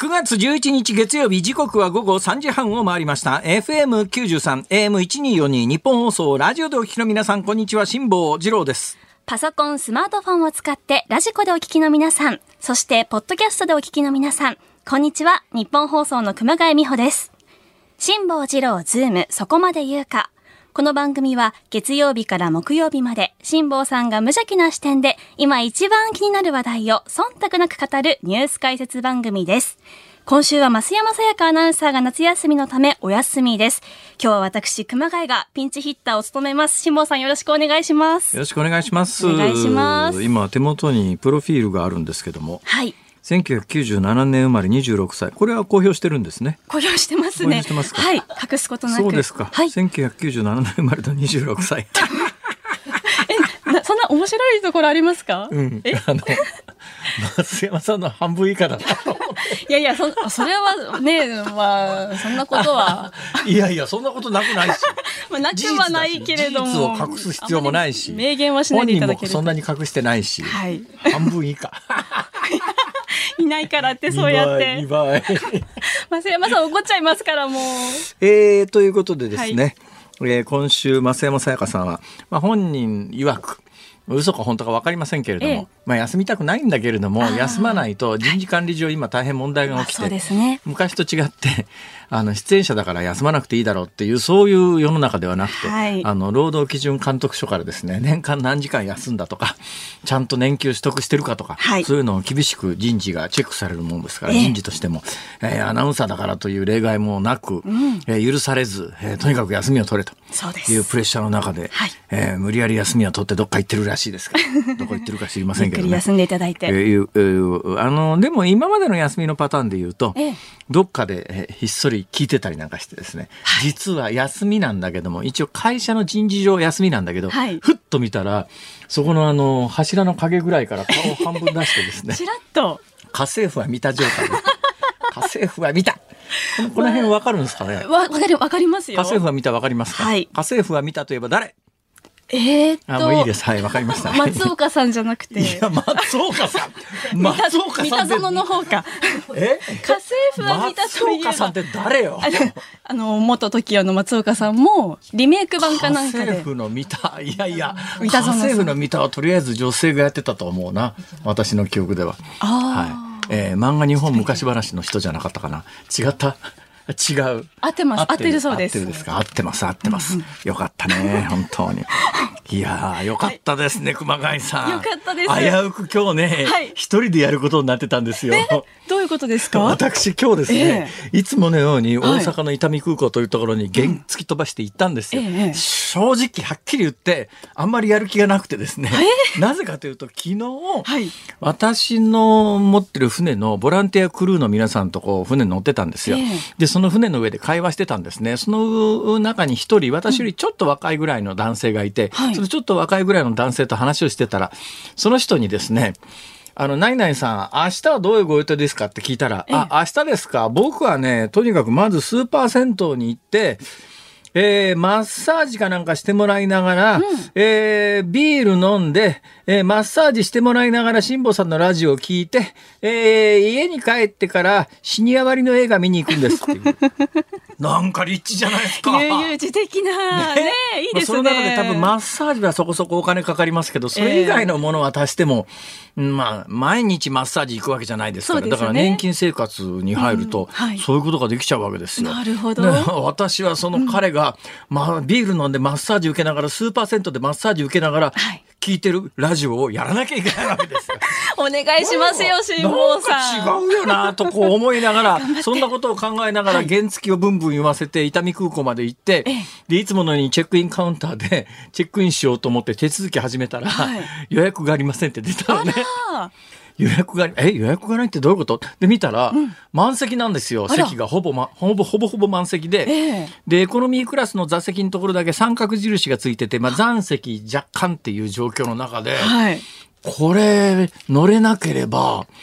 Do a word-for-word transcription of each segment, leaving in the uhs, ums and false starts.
くがつじゅういちにち月曜日、時刻は午後さんじはんを回りました。 エフエムきゅうじゅうさん エーエムせんにひゃくよんじゅうに 日本放送ラジオでお聞きの皆さん、こんにちは。辛坊治郎です。 パソコン、スマートフォンを使ってラジコでお聞きの皆さん、そしてポッドキャストでお聞きの皆さん、こんにちは。日本放送の熊谷美穂です。辛坊治郎ズームそこまで言うか。この番組は月曜日から木曜日まで辛坊さんが無邪気な視点で今一番気になる話題を忖度なく語るニュース解説番組です。今週は増山さやかアナウンサーが夏休みのためお休みです。今日は私熊谷がピンチヒッターを務めます。辛坊さん、よろしくお願いします。 よろしくお願いします。 お願いします。 今手元にプロフィールがあるんですけども、 はい、 せんきゅうひゃくきゅうじゅうななねん生まれにじゅうろくさい。これは公表してるんですね。 公表してますね。 公表してますか。 はい、隠すことなく。 そうですか、 はい、 せんきゅうひゃくきゅうじゅうななねん生まれのにじゅうろくさいえなそんな面白いところありますか。 うん、 えあの増山さんの半分以下だな。 いやいや、そ、それはね、まあそんなことはいやいや、そんなことなくないしまあなくはないけれども、 事実を隠す必要もないし、 明言はしないでいただけると。 本人もそんなに隠してないし、はい、半分以下いないからってそうやってにばい増山さん怒っちゃいますからもう。 えー、ということでですね、 はい、 えー、今週増山さやかさんは、まあ、本人曰く嘘か本当か分かりませんけれども、ええ、まあ、休みたくないんだけれども、休まないと人事管理上今大変問題が起きて、 そうですね、 昔と違ってあの出演者だから休まなくていいだろうっていうそういう世の中ではなくて、はい、あの労働基準監督署からですね、年間何時間休んだとかちゃんと年給取得してるかとか、はい、そういうのを厳しく人事がチェックされるものですから、ええ、人事としても、えー、アナウンサーだからという例外もなく、うん、えー、許されず、えー、とにかく休みを取れというプレッシャーの中で、はい、えー、無理やり休みを取ってどっか行ってるらしいですからどこ行ってるか知りませんけどね。 ゆっくり休んでいただいて、 えーえー、あのでも今までの休みのパターンで言うと、ええ、どっかで、えー、ひっそり聞いてたりなんかしてですね、はい、実は休みなんだけども、一応会社の人事上休みなんだけど、はい、ふっと見たらそこのあの柱の影ぐらいから顔を半分出してですねちらっと家政婦は見た状態で家政婦は見たこの、この辺わかるんですかね。 わかる、わかりますよ。 家政婦は見た、わかりますか。はい、家政婦は見たといえば誰。 えー、っとあ、もういいです。はい、わかりました。 松岡さんじゃなくて。 いや、松岡さん。松岡さん。 三田園の方か。 え、 家政婦は見たといえば。 松岡さんって誰よ。 あの、あの元 トキオ の松岡さんもリメイク版かなんかで。 家政婦の三田、いやいや。家政婦の三田はとりあえず女性がやってたと思うな。私の記憶では。 あ、 はい。えー、漫画日本昔話の人じゃなかったかな。違った。違う。 合ってます。合ってるそうです。 合ってるですか。合ってます。合ってます。よかったね。本当に。いやー、よかったですね、はい、熊谷さん。 よかったです。 危うく今日ね、はい、一人でやることになってたんですよ。 どういうことですか。 私今日ですね、えー、いつものように大阪の伊丹空港というところに原突き飛ばして行ったんですよ。うん、えー、正直はっきり言ってあんまりやる気がなくてですね、えー、なぜかというと昨日、はい、私の持ってる船のボランティアクルーの皆さんとこう船に乗ってたんですよ。えー、でその船の上で会話してたんですね。その中に一人私よりちょっと若いぐらいの男性がいて、うん、そのちょっと若いぐらいの男性と話をしてたら、その人にですね、あの、何々さん、明日はどういうご予定ですかって聞いたら、あ、明日ですか。僕はね、とにかくまずスーパー銭湯に行って、えー、マッサージかなんかしてもらいながら、うん、えー、ビール飲んで、えー、マッサージしてもらいながら辛坊さんのラジオを聞いて、えー、家に帰ってからシニア割の映画見に行くんですっていうなんかリッチじゃないですか。 悠々自適な、ね、ね、いいですね。 まあ、その中で多分マッサージはそこそこお金かかりますけど、それ以外のものは足しても、えー、まあ毎日マッサージ行くわけじゃないですから、ね、だから年金生活に入ると、うん、はい、そういうことができちゃうわけですよ。 なるほど。 私はその彼が、うん、まあ、ビール飲んでマッサージ受けながらスーパー銭湯でマッサージ受けながら聞いてるラジオをやらなきゃいけないわけですよ。 お願いしますよ、辛坊さん。 なんか違うよなとこう思いながらそんなことを考えながら原付をブンブン言わせて伊丹空港まで行って、はい、でいつものようにチェックインカウンターでチェックインしようと思って手続き始めたら、はい、予約がありませんって出たのね。予約がえ予約がないってどういうことで見たら、うん、満席なんですよ。席がほぼ、ま、ほぼほぼほぼ満席で、えー、でエコノミークラスの座席のところだけ三角印がついてて、まあ、残席若干っていう状況の中で、はい、これ乗れなければ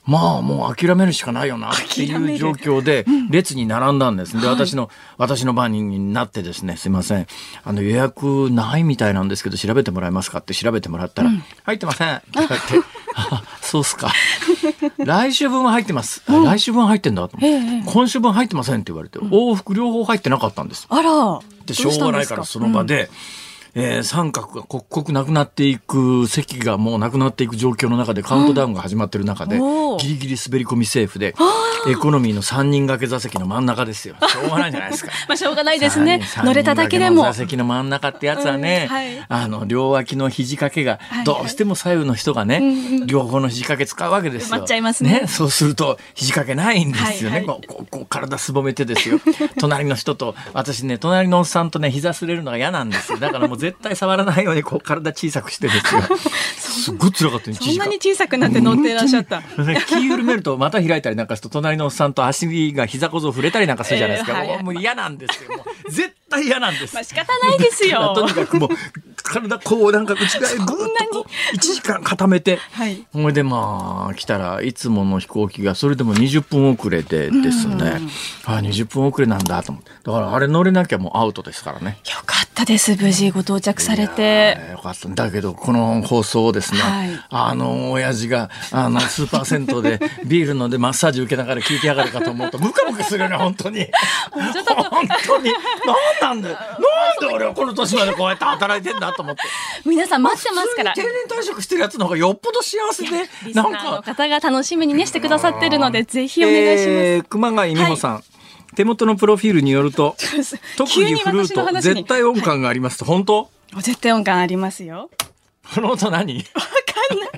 まあもう諦めるしかないよなっていう状況で列に並んだんです。で、私の、私の番になってですね、すいません、あの予約ないみたいなんですけど調べてもらえますかって調べてもらったら、うん、入ってませんって言われて、あ、そうっすか。来週分は入ってます。うん、来週分入ってんだと思って、ええ、今週分入ってませんって言われて、うん、往復両方入ってなかったんです。 あら。 で、しょうがないからその場で、うん、えー、三角が刻々なくなっていく、席がもうなくなっていく状況の中でカウントダウンが始まってる中で、うん、ギリギリ滑り込みセーフでエコノミーのさんにん掛け座席の真ん中ですよ。しょうがないじゃないですか。 まあしょうがないですね。乗れただけでも。 座席の真ん中ってやつはね、うん、はい、あの両脇の肘掛けがどうしても左右の人がね、はいはい、両方の肘掛け使うわけですよ。 埋まっちゃいますね。 ね、そうすると肘掛けないんですよね。はいはい、こうこう体すぼめてですよ。隣の人と、私ね、隣のおっさんとね、膝すれるのが嫌なんですよ。だからもう絶対触らないようにこう体小さくしてですよ。すっごい辛かった。 そんなに小さくなって乗ってらっしゃった。 気緩めるとまた開いたりなんかすると隣のおっさんと足が膝小僧触れたりなんかするじゃないですか。えーはいはい、もう嫌なんですよ。もう絶対嫌なんです。 まあ仕方ないですよ。 とにかくもう体こうなんか内側へぐーっといちじかん固めて、はい、それでまあ来たらいつもの飛行機がそれでもにじゅっぷん遅れでですね、あ、にじゅっぷん遅れなんだと思って、だからあれ乗れなきゃもうアウトですからね。 よかったです、無事ご到着されて。 よかった。だけどこの放送をですね、はい、あの親父があのスーパー銭湯でビール飲んでマッサージ受けながら聞いてやがるかと思うとムカムカするよね、本当に。本当になんなんでなんで俺はこの年までこうやって働いてんだと思って。 皆さん待ってますから。 定年退職してるやつの方がよっぽど幸せで、 リスナーの方が楽しみにねしてくださってるので、ぜひお願いします。えー、 熊谷美穂さん、はい、手元のプロフィールによると特技フルート絶対音感がありますと、はい、本当？ 絶対音感ありますよ。 この音何？わかんない。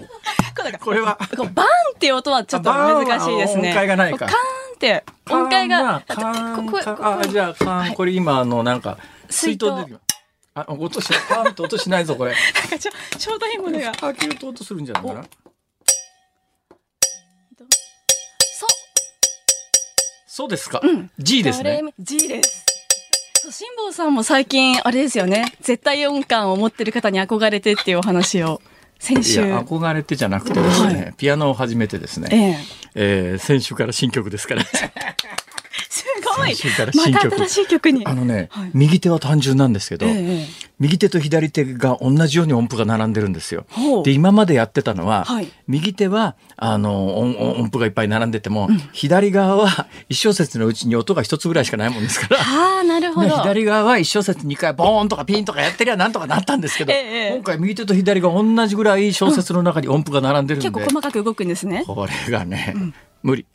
これはこうバーンっていう音はちょっと難しいですね。 音階がないか。 カーンって音階が。 あ、じゃあカーン、これ今あのなんか水筒出てきます。あ、音しない。パーンって音しないぞこれ。 なんかちょちょうどいいものが。 開けると音するんじゃないかな。 そう。 そうですか。うん、G ですね。 G です。辛坊さんも最近あれですよね。絶対音感を持ってる方に憧れてっていうお話を先週。 いや憧れてじゃなくてですね、はい、ピアノを始めてですね。えええー、先週から新曲ですから。 すごい。また新しい曲に。 あのね、はい、右手は単純なんですけど、ええ、右手と左手が同じように音符が並んでるんですよ。で今までやってたのは、はい、右手はあの 音, 音符がいっぱい並んでても、うん、左側は一小節のうちに音が一つぐらいしかないもんですから。 あ、なるほど。 左側は一小節にかいボーンとかピンとかやってりゃなんとかなったんですけど、ええ、今回右手と左が同じぐらい小節の中に音符が並んでるんで、うん、 結構細かく動くんですね。 これがね、うん、無理。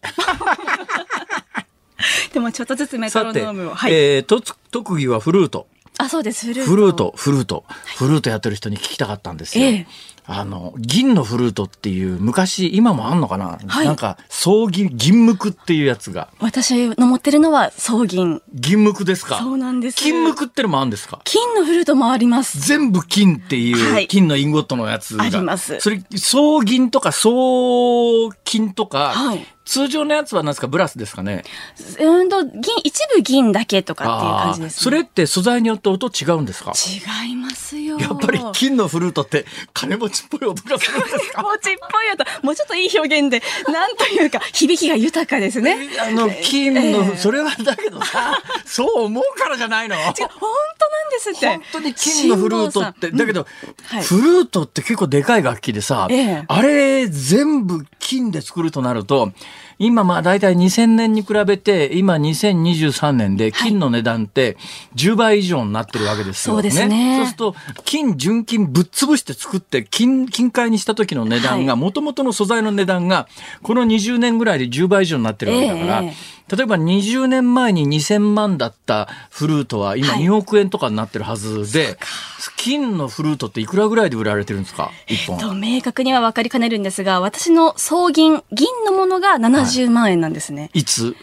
でもちょっとずつメトロノームを。 はい、えー、と特技はフルート。 あ、そうです。フルート。 フルート、フルート、フルートやってる人に聞きたかったんですよ。ええ、あの銀のフルートっていう昔今もあんのかな、はい、なんか双銀銀無垢っていうやつが。 私の持ってるのは双銀。 銀無垢ですか。 そうなんです。 金無垢ってのもあるんですか。 金のフルートもあります。 全部金っていう、はい、金のインゴットのやつがあります。 それ双銀とか双金とか、はい、通常のやつは何ですか、ブラスですかね。 うんと銀、一部銀だけとかっていう感じです、ね。 それって素材によって音違うんですか。 違いますよ。 やっぱり金のフルートって金持ちっぽい音がするんですか。 金持ちっぽい音、もうちょっといい表現で、なんというか響きが豊かですね。 あの金の、えー、それはだけどさ、そう思うからじゃないの。違う、本当なんですって。 本当に金のフルートって、だけど、うんはい、フルートって結構でかい楽器でさ、えー、あれ全部金で作るとなると。今まあ大体にせんねんに比べて今にせんにじゅうさんねんで金の値段ってじゅうばい以上になってるわけですよ、 はい、そうですね。 そうすると金純金ぶっ潰して作って金金塊にした時の値段が元々の素材の値段がこのにじゅうねんぐらいでじゅうばい以上になってるわけだから、えー、例えばにじゅうねんまえににせんまんだったフルートは今におくえんとかになってるはずで、はい、金のフルートっていくらぐらいで売られてるんですか、いっぽん。 えー、と明確には分かりかねるんですが、私の双銀銀のものがななじゅうまんえんなんですね。 いつ？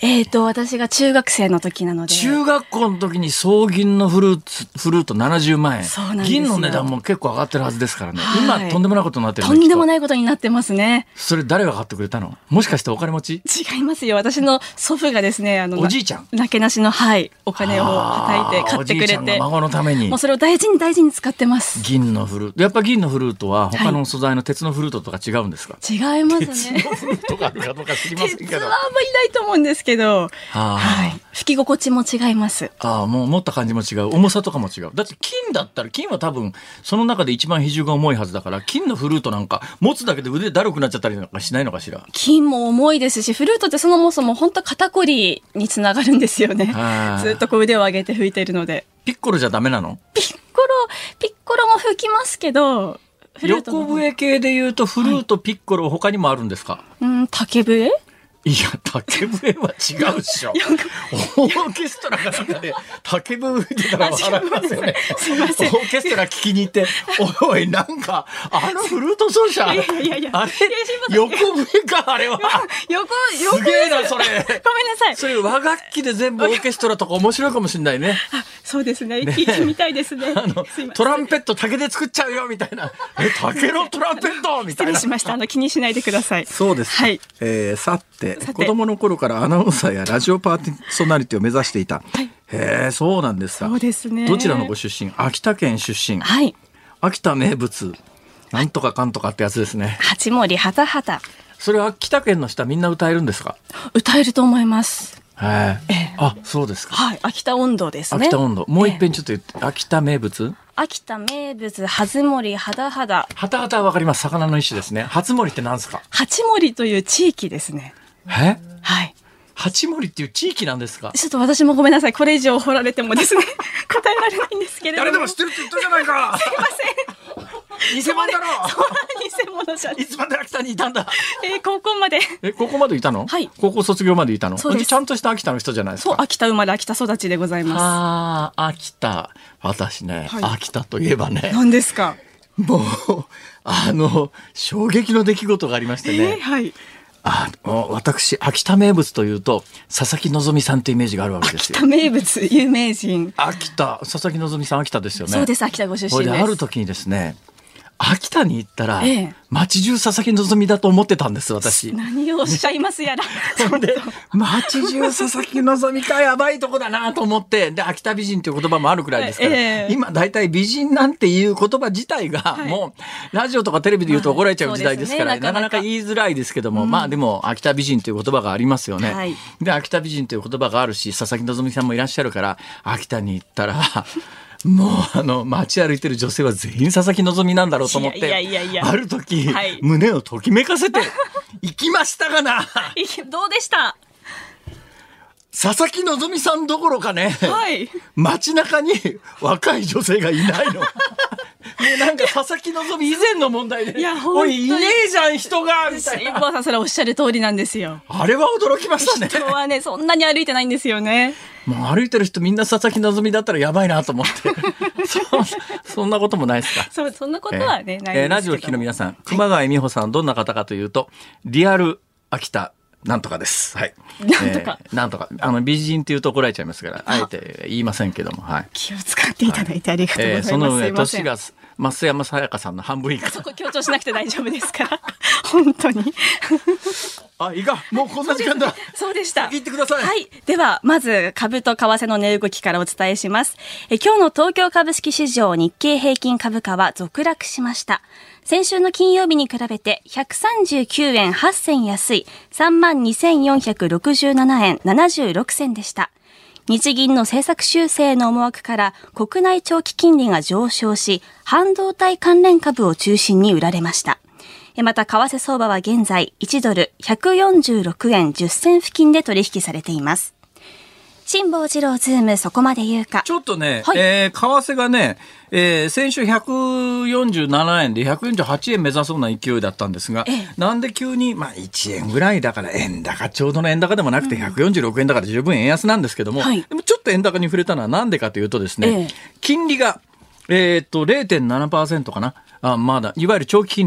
えーと、私が中学生の時なので。 中学校の時に総銀のフルーツ、フルートななじゅうまんえん。 そうなんですよ。 銀の値段も結構上がってるはずですからね。 はい、 今とんでもないことになってるね。 とんでもないことになってますね。 それ誰が買ってくれたの？もしかしてお金持ち？ 違いますよ。私の祖父がですね、あの、 おじいちゃん。 なけなしの、はい、お金をはたいて買ってくれて。おじいちゃんが孫のために。 もうそれを大事に大事に使ってます。 銀のフルート。やっぱ銀のフルートは他の素材の鉄のフルートとか違うんですか？ 違いますね。 鉄のフルートがあるかどうか知りませんけど。 鉄はあんまりないと思うんですけど。はい。吹き心地も違います。 ああ、もう持った感じも違う。重さとかも違う。だって金だったら、金は多分その中で一番比重が重いはずだから、金のフルートなんか持つだけで腕だるくなっちゃったりなんかしないのかしら。 金も重いですし、フルートってそもそも本当肩こりにつながるんですよね。ずっとこう腕を上げて吹いているので。 ピッコロじゃダメなの？ ピッコロ、ピッコロも吹きますけど、 横笛系で言うとフルート、ピッコロ他にもあるんですか？ はい、うん、竹笛？ いや、竹笛は違うでしょ。オーケストラかなんかで竹笛吹いてたら笑いますよね。 すいません。 オーケストラ聞きに行って、おいおい、なんか、あのフルート奏者、 いやいやいやあれ、横笛か、あれは。 横、横すげえな、それ。ごめんなさい。 それ和楽器で全部オーケストラとか面白いかもしれないね。 あ、そうですね。聞いてみたいですね。 あの、トランペット竹で作っちゃうよ、みたいな。え、竹のトランペットみたいな。 失礼しました。あの、気にしないでください。 そうです。 はい。 えー、さて、子供の頃からアナウンサーやラジオパーソナリティを目指していた。はい、へえ、そうなんですか。 そうですね。 どちらのご出身？秋田県出身。 はい。 秋田名物なんとかかんとかってやつですね。 八森はたはた。 それは秋田県の人はみんな歌えるんですか？ 歌えると思います。 へえ。あ、そうですか。 はい。秋田音頭ですね。 秋田音頭。もう一遍ちょっと言って。えー、秋田名物？ 秋田名物初森はたはた。 はたはたはわかります。魚の一種ですね。初森って何ですか？ 八森という地域ですね。 え？ はい。 八森っていう地域なんですか？ ちょっと私もごめんなさい。これ以上掘られてもですね答えられないんですけれども。 誰でも知ってるって言ったじゃないか。 すいません。 偽物だろ。 そんな偽物じゃない。 いつまで秋田にいたんだ。 えー、高校まで。 え、高校までいたの？はい。高校卒業までいたの？そうです。ちゃんとした秋田の人じゃないですか。 そう、秋田生まれ秋田育ちでございます。 ああ、秋田。私ね、はい、秋田といえばね。 何ですか？ もうあの衝撃の出来事がありましてね。 えー、はい。 あ私秋田名物というと佐々木希さんというイメージがあるわけですよ。 秋田名物有名人。 秋田佐々木希さん秋田ですよね。 そうです、秋田ご出身です。 ある時にですね、秋田に行ったら、ええ、街中佐々木希だと思ってたんです私。 何をおっしゃいますやら。 そんで街中佐々木希かやばいとこだなと思って、で秋田美人という言葉もあるくらいですから、ええ、今だいたい美人なんていう言葉自体が、はい、もうラジオとかテレビで言うと怒られちゃう時代ですから、はい、ね、なかなか言いづらいですけども、うん、まあでも秋田美人という言葉がありますよね。はい、で秋田美人という言葉があるし佐々木希さんもいらっしゃるから秋田に行ったらもうあの街歩いてる女性は全員佐々木希なんだろうと思って、いやいやいやある時、はい、胸をときめかせて行きましたがな。 どうでした？ 佐々木希さんどころかね、はい、街中に若い女性がいないの。もうなんか佐々木希以前の問題で、いやおいいねえじゃん人がみたいな。 辛坊さんそれおっしゃる通りなんですよ。 あれは驚きましたね。 人はねそんなに歩いてないんですよね。 もう歩いてる人みんな佐々木希だったらやばいなと思ってそ, そんなこともないですか？ そ, そんなことはね、えー、ないですけど、 えー、ラジオを聞きの皆さん、熊谷美穂さんどんな方かというとリアル秋田なんとかです。はい。 なんとか。 えー、なんとか。あの、美人っていうと怒られちゃいますから、あえて言いませんけども、はい。 気を使っていただいてありがとうございます。はい、えー、 その上、年が、増山さやかさんの半分以下。 そこ強調しなくて大丈夫ですから。本当に。 あ、いいか。もうこんな時間だ。 そうでした。 言ってください。 はい。では、まず、株と為替の値動きからお伝えします。え今日の東京株式市場日経平均株価は続落しました。先週の金曜日に比べてひゃくさんじゅうきゅうえんはち銭安い さんまんにせんよんひゃくろくじゅうななえんななじゅうろく銭でした。日銀の政策修正の思惑から国内長期金利が上昇し、半導体関連株を中心に売られました。また為替相場は現在いちドルひゃくよんじゅうろくえんじゅっ銭付近で取引されています。辛坊治郎ズームそこまで言うか。 ちょっとね、はい、えー、為替がね、えー、先週ひゃくよんじゅうななえんでひゃくよんじゅうはちえん目指そうな勢いだったんですが、ええ、なんで急に、まあいちえんぐらいだから円高、ちょうどの円高でもなくてひゃくよんじゅうろくえんだから十分円安なんですけども、はい、でもちょっと円高に触れたのはなんでかというとですね、え、金利が、えー、っと れいてんななパーセント かな。あまだいわゆる長期金利が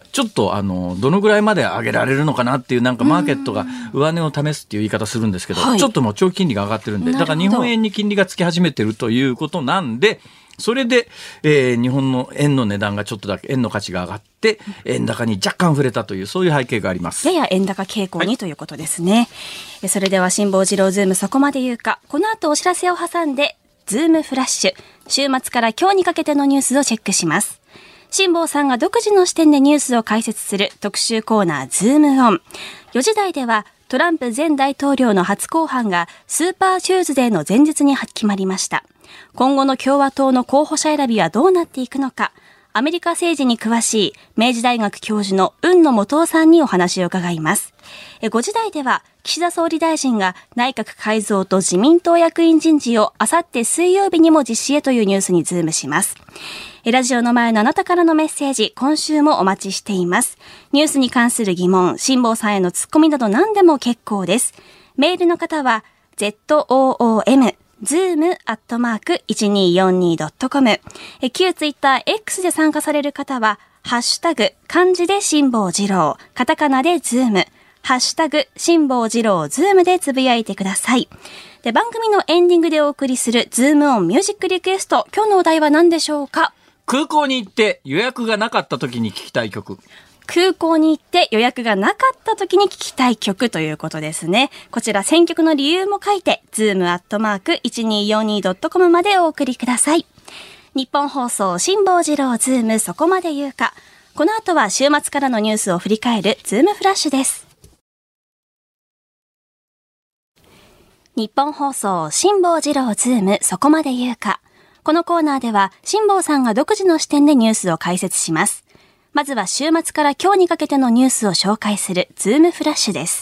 ちょっとあのどのぐらいまで上げられるのかなっていうなんかマーケットが上値を試すっていう言い方するんですけど、はい、ちょっともう長期金利が上がってるんで、だから日本円に金利がつき始めてるということなんで、それで、えー、日本の円の値段がちょっとだけ円の価値が上がって円高に若干触れたというそういう背景があります。 やや円高傾向に、はい、ということですね。それでは辛坊治郎ズームそこまで言うか、この後お知らせを挟んでズームフラッシュ、週末から今日にかけてのニュースをチェックします。辛坊さんが独自の視点でニュースを解説する特集コーナーズームオン。よじ台ではトランプ前大統領の初公判がスーパーチューズデーの前日に決まりました。今後の共和党の候補者選びはどうなっていくのか、アメリカ政治に詳しい明治大学教授の雲野元夫さんにお話を伺います。ごじ台では岸田総理大臣が内閣改造と自民党役員人事をあさって水曜日にも実施へというニュースにズームします。ラジオの前のあなたからのメッセージ、今週もお待ちしています。ニュースに関する疑問、辛坊さんへのツッコミなど何でも結構です。メールの方は ズーム ズーム アットマーク いちにーよんにー ドットコム、旧ツイッター X で参加される方はハッシュタグ漢字で辛坊治郎、カタカナでズーム、ハッシュタグ辛坊治郎ズームでつぶやいてください。で、番組のエンディングでお送りするズームオンミュージックリクエスト、今日のお題は何でしょうか？ 空港に行って予約がなかった時に聞きたい曲。 空港に行って予約がなかった時に聞きたい曲ということですね。こちら選曲の理由も書いて ズーム アットマーク いちにーよんにー ドットコム までお送りください。日本放送辛坊治郎ズームそこまで言うか。この後は週末からのニュースを振り返るズームフラッシュです。日本放送辛坊治郎ズームそこまで言うか。このコーナーでは辛坊さんが独自の視点でニュースを解説します。まずは週末から今日にかけてのニュースを紹介するズームフラッシュです。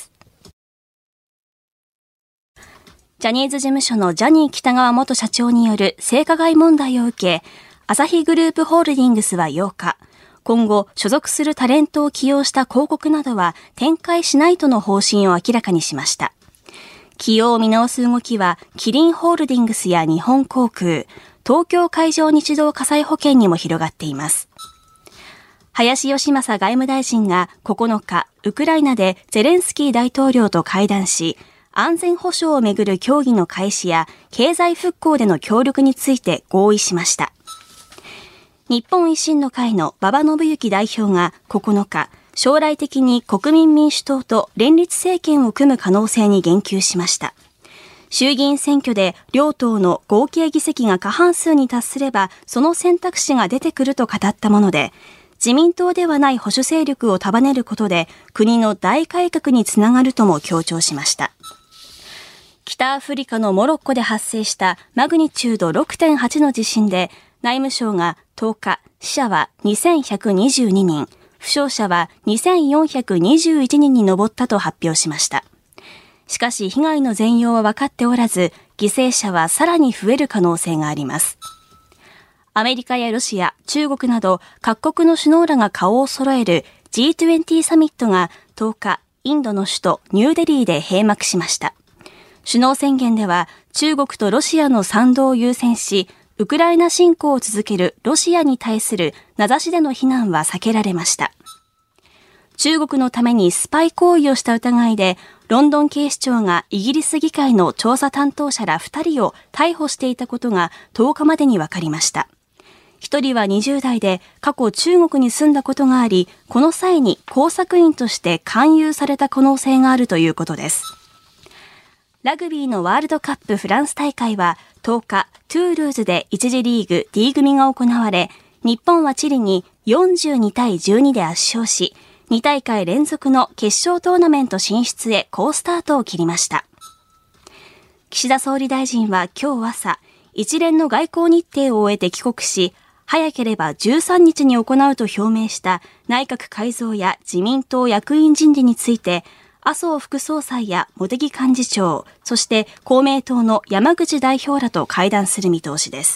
ジャニーズ事務所のジャニー喜多川元社長による性加害問題を受け、アサヒグループホールディングスはようか、今後所属するタレントを起用した広告などは展開しないとの方針を明らかにしました。起用を見直す動きはキリンホールディングスや日本航空、東京海上日動火災保険にも広がっています。林芳正外務大臣がここのか、ウクライナでゼレンスキー大統領と会談し、安全保障をめぐる協議の開始や経済復興での協力について合意しました。日本維新の会の馬場伸幸代表がここのか、将来的に国民民主党と連立政権を組む可能性に言及しました。衆議院選挙で両党の合計議席が過半数に達すれば、その選択肢が出てくると語ったもので、自民党ではない保守勢力を束ねることで国の大改革につながるとも強調しました。北アフリカのモロッコで発生したマグニチュード ろくてんはち の地震で内務省がとおか死者はにせんひゃくにじゅうににん、負傷者はにせんよんひゃくにじゅういちにんに上ったと発表しました。しかし被害の全容は分かっておらず、犠牲者はさらに増える可能性があります。アメリカやロシア、中国など各国の首脳らが顔を揃える ジートゥエンティー サミットがとおか、インドの首都ニューデリーで閉幕しました。首脳宣言では中国とロシアの賛同を優先し、ウクライナ侵攻を続けるロシアに対する名指しでの非難は避けられました。中国のためにスパイ行為をした疑いで、ロンドン警視庁がイギリス議会の調査担当者らふたりを逮捕していたことがとおかまでに分かりました。一人はにじゅう代で過去中国に住んだことがあり、この際に工作員として勧誘された可能性があるということです。ラグビーのワールドカップフランス大会はとおか、トゥールーズで一次リーグ D 組が行われ、日本はチリによんじゅうにたいじゅうにで圧勝し、に大会連続の決勝トーナメント進出へ好スタートを切りました。岸田総理大臣は今日朝、一連の外交日程を終えて帰国し、早ければじゅうさんにちに行うと表明した内閣改造や自民党役員人事について、麻生副総裁や茂木幹事長、そして公明党の山口代表らと会談する見通しです。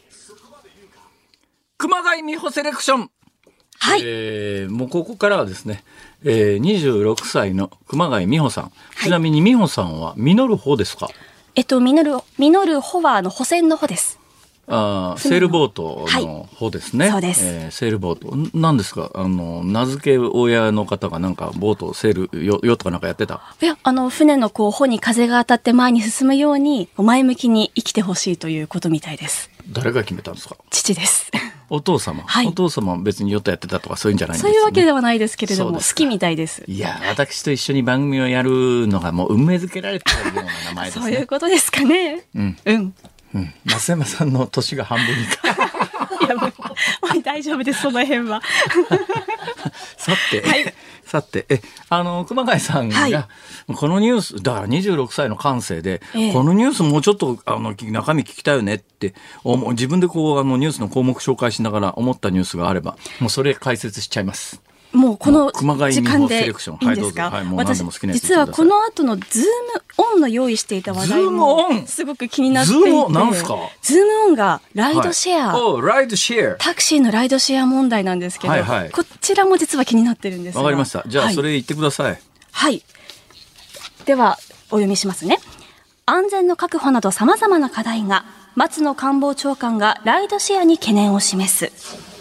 熊谷美穂セレクション。 はい、 えー、もうここからはですね、えー、にじゅうろくさいの熊谷美穂さん、ちなみに美穂さんは実る方ですか？ えっと実る実る方はあの補選の方です。 あセールボートの方ですね、 はい、そうです、 えー、セールボートなんですか、あの名付け親の方がなんかボートセールよよとかなんかやってた。 いや、あの船のこう帆に風が当たって前に進むように前向きに生きてほしいということみたいです。 誰が決めたんですか？ 父です。 お父様、はい、お父様は別にヨットやってたとかそういうんじゃないんですね。 そういうわけではないですけれども、好きみたいです。 いや、私と一緒に番組をやるのがもう運命づけられているような名前ですね。 そういうことですかね。 うんうんうん、増山さんの年が半分以下いやもう、もう大丈夫です、その辺はさて、はい、さてえあの熊谷さんが、はい、このニュースだからにじゅうろくさいの感性で、ええ、このニュースもうちょっとあの中身聞きたいよねって自分でこうあのニュースの項目紹介しながら思ったニュースがあればもうそれ解説しちゃいます。 もうこの時間でいいんですか？ はい、 私実はこの後のズームオンの用意していた話題もすごく気になっていて、ズームオンなんですか？ズームオンがライドシェア、はい、 ライドシェアタクシーのライドシェア問題なんですけど、はいはい、こちらも実は気になってるんですが。 わかりました。じゃあそれ言ってください。 はい、はい、ではお読みしますね。安全の確保など様々な課題が、松野官房長官がライドシェアに懸念を示す。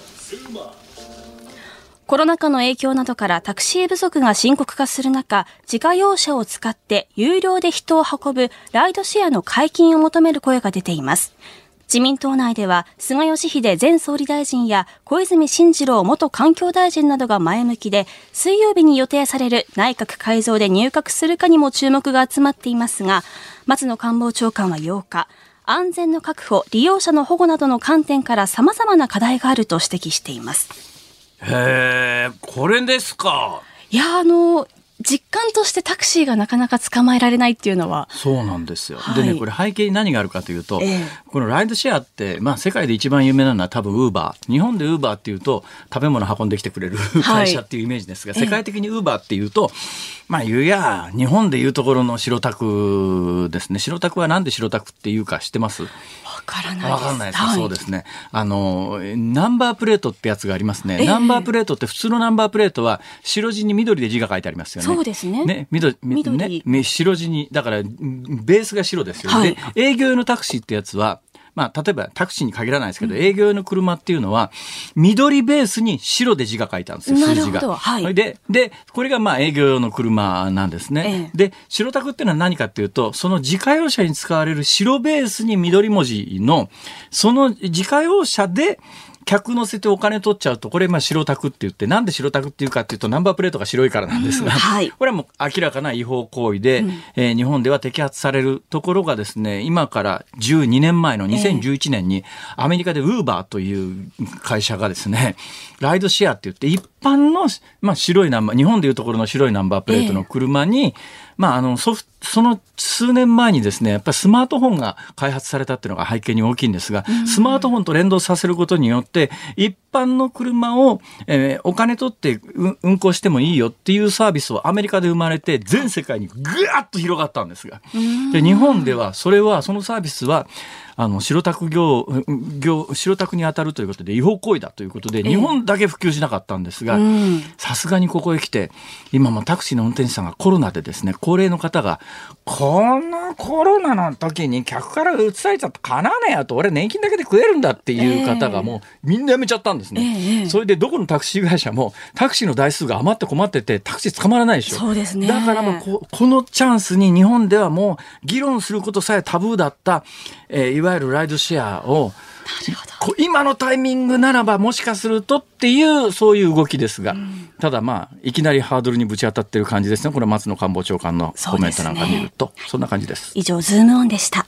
コロナ禍の影響などからタクシー不足が深刻化する中、自家用車を使って有料で人を運ぶライドシェアの解禁を求める声が出ています。自民党内では菅義偉前総理大臣や小泉進次郎元環境大臣などが前向きで、水曜日に予定される内閣改造で入閣するかにも注目が集まっていますが、松野官房長官はようか、安全の確保、利用者の保護などの観点から様々な課題があると指摘しています。 へー、これですか。 いや、あの実感としてタクシーがなかなか捕まえられないっていうのはそうなんですよ、はい、でねこれ背景に何があるかというと、えー、このライドシェアって、まあ、世界で一番有名なのは多分ウーバー。日本でウーバーっていうと食べ物運んできてくれる会社っていうイメージですが、はい、世界的にウーバーっていうと、えー、まあ言うや日本でいうところの白タクですね。白タクはなんで白タクっていうか知ってます？ わからないです。 わかんないですか、はい、そうですね。あのナンバープレートってやつがありますね、えー、ナンバープレートって普通のナンバープレートは白地に緑で字が書いてありますよね。 そうですね。 ね、緑、緑ね、白地にだからベースが白ですよ、はい、で営業用のタクシーってやつは、まあ、例えばタクシーに限らないですけど、うん、営業用の車っていうのは緑ベースに白で字が書いてあるんですよ、数字が。はい、で, でこれがまあ営業用の車なんですね、ええ、で白タクっていうのは何かっていうと、その自家用車に使われる白ベースに緑文字のその自家用車で客乗せてお金取っちゃうと、これまあ白タクって言って、なんで白タクっていうかっていうとナンバープレートが白いからなんですが、うん、はい、これはもう明らかな違法行為で、うん、えー、日本では摘発されるところがですね、今からじゅうにねんまえのにせんじゅういちねんにアメリカでウーバーという会社がですね、ライドシェアって言って一般の、まあ、白いナンバー、日本でいうところの白いナンバープレートの車に、えーまあ、あのソフその数年前にですね、やっぱりスマートフォンが開発されたっていうのが背景に大きいんですが、スマートフォンと連動させることによって一般の車を、えー、お金取って運行してもいいよっていうサービスをアメリカで生まれて全世界にぐわっと広がったんですが、で日本ではそれはそのサービスはあの白タク業業白タクに当たるということで違法行為だということで日本だけ普及しなかったんですが、さすがにここへ来て今もタクシーの運転手さんがコロナでですね、高齢の方がこのコロナの時に客から移されちゃってかなわねえやと、俺年金だけで食えるんだっていう方がもうみんな辞めちゃったんですね、えー、それでどこのタクシー会社もタクシーの台数が余って困っててタクシー捕まらないでしょ。 そうですね。 だからもう こ, このチャンスに日本ではもう議論することさえタブーだった、えー、いわゆるライドシェアを今のタイミングならばもしかするとっていうそういう動きですが、うん、ただまあいきなりハードルにぶち当たってる感じですね。これは松野官房長官のコメントなんか見ると そ,、ね、そんな感じです。 以上ズームオンでした。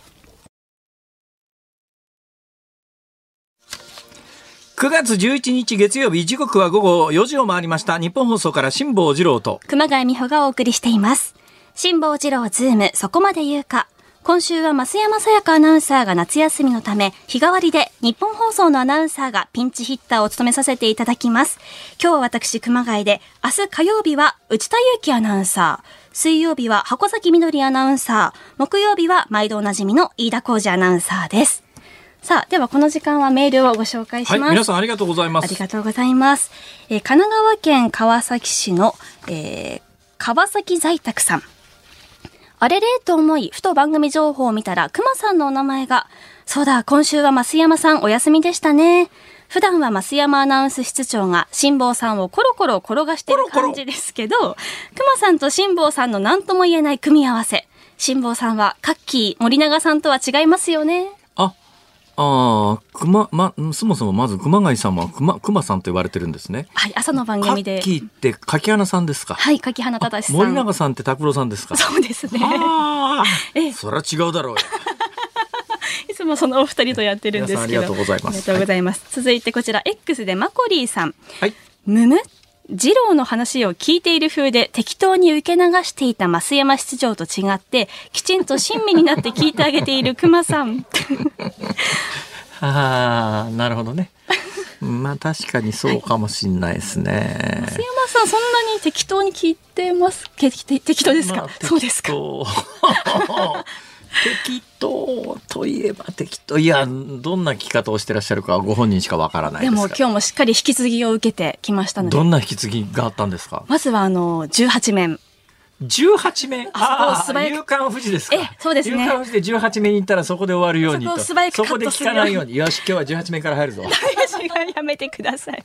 くがつじゅういちにち月曜日、時刻はごごよじを回りました。日本放送から辛坊治郎と熊谷美穂がお送りしています。辛坊治郎ズームそこまで言うか。今週は増山さやかアナウンサーが夏休みのため日替わりで日本放送のアナウンサーがピンチヒッターを務めさせていただきます。今日は私熊谷で、明日火曜日は内田裕樹アナウンサー、水曜日は箱崎みどりアナウンサー、木曜日は毎度おなじみの飯田浩二アナウンサーです。さあ、ではこの時間はメールをご紹介します。はい、 皆さんありがとうございます。 ありがとうございます。えー、神奈川県川崎市の、えー、川崎在宅さん。 あれれと思い、ふと番組情報を見たら、熊さんのお名前が。そうだ、今週は増山さんお休みでしたね。普段は増山アナウンス室長が辛坊さんをコロコロ転がしてる感じですけど、熊さんと辛坊さんの何とも言えない組み合わせ。辛坊さんはカッキー、森永さんとは違いますよね。 あ、ああ、熊、ま、そもそもまず熊谷さんは熊、熊さんと言われてるんですね。 はい、朝の番組で。 カッキーって柿花さんですか。 はい、柿花忠さん。 森永さんって拓郎さんですか。 そうですね。 ああ、そりゃ違うだろうよ。 いつもそのお二人とやってるんですけど。 ありがとうございます。 ありがとうございます。はい、続いてこちら X でマコリーさん。 はい。 むむ二郎の話を聞いている風で適当に受け流していた増山室長と違ってきちんと親身になって聞いてあげている熊さん。 ああ、なるほどね。まあ確かにそうかもしれないですね。 増山さんそんなに適当に聞いてますけ適当ですか、まあ、そうですか。 適当といえば適当、いや、どんな聞き方をしてらっしゃるかご本人しかわからないですから。 でも今日もしっかり引き継ぎを受けてきましたので。 どんな引き継ぎがあったんですか。 まずはあのじゅうはちめん。 じゅうはちめん、ああ、夕刊富士ですか。 え、そうですね。 夕刊富士でじゅうはちめんに行ったらそこで終わるようにと。 そこを素早くカットするように。 そこで聞かないように。よし、今日はじゅうはちめんから入るぞ。 やめてください。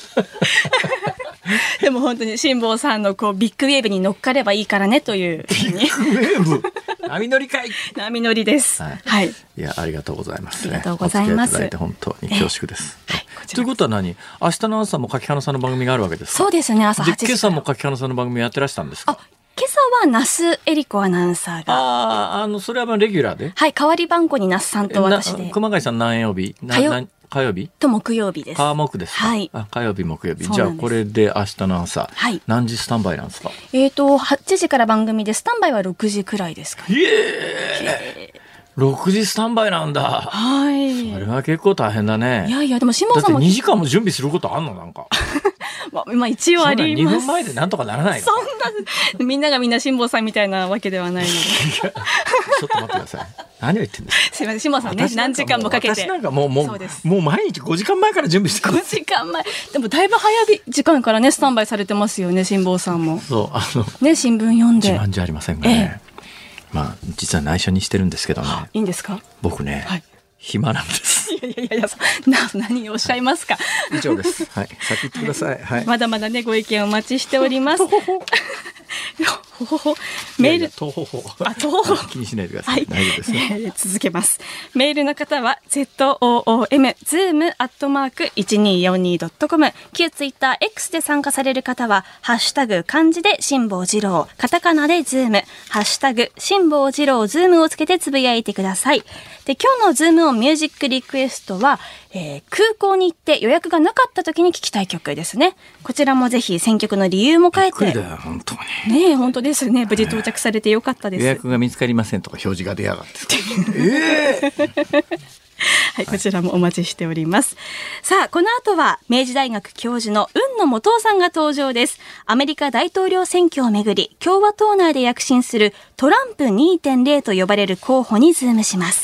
でも本当に辛坊さんのこうビッグウェーブに乗っかればいいからねという。 ビッグウェーブ。波乗り会。 波乗りです。はい。はい、 いや、ありがとうございます、ね。 ありがとうございます。 お付き合いいただいて本当に恐縮です。はい。ということは何？明日の朝も柿花さんの番組があるわけですか。 そうですね。朝はちじ。 今朝も柿花さんの番組やってらしたんですか。 あ、今朝は那須恵理子アナウンサーが。 ああ、あのそれはレギュラーで。 はい、代わり番号に那須さんと私で。 熊谷さん何曜日？ 火曜火曜日と木曜日です。 火木ですか。はい。あ、火曜日木曜日。じゃあこれで明日の朝、はい、何時スタンバイなんですか。 えっとはちじから番組でスタンバイはろくじくらいですか、ね。 イエーイ。ろくじスタンバイなんだ。 はい。 それは結構大変だね。 いやいやでも辛坊さんもだってにじかんも準備することあんのなんか。 まあ、まあ一応あります。 にふんまえでなんとかならないの。 そんなみんながみんな辛坊さんみたいなわけではないので。 ちょっと待ってください。何を言ってんですか。 すみません、辛坊さんね何時間もかけて。 私なんかもうもうもう毎日ごじかんまえから準備してごじかんまえ。でもだいぶ早い時間からねスタンバイされてますよね辛坊さんも。 そうあのね新聞読んで。 自慢じゃありませんがね。ええ、まあ実は内緒にしてるんですけどね。 いいんですか。 僕ね、はい、暇なんです。 いやいやいやいやな何をおっしゃいますか。 以上です。はい、先言ってください。はい、 まだまだねご意見お待ちしております。ほほほメールとほほあとほほ気にしないでください。大丈夫ですね。 えー、続けます。メールの方は ズーム ズーム アットマーク いちにーよんにー ドットコム 旧ツイッター X で参加される方はハッシュタグ漢字で辛坊治郎カタカナでズームハッシュタグ辛坊治郎ズームをつけてつぶやいてください。で今日のズームオンミュージックリクエストは、えー、空港に行って予約がなかった時に聞きたい曲ですね。こちらもぜひ選曲の理由も書いて。 びっくりだよ本当に。 ねえ本当ですね。無事到着されてよかったです。 予約が見つかりませんとか表示が出やがって。えーはい、こちらもお待ちしております。さあ、この後は明治大学教授の海野素央さんが登場です。アメリカ大統領選挙をめぐり、共和党内で躍進するトランプ にてんゼロ と呼ばれる候補にズームします。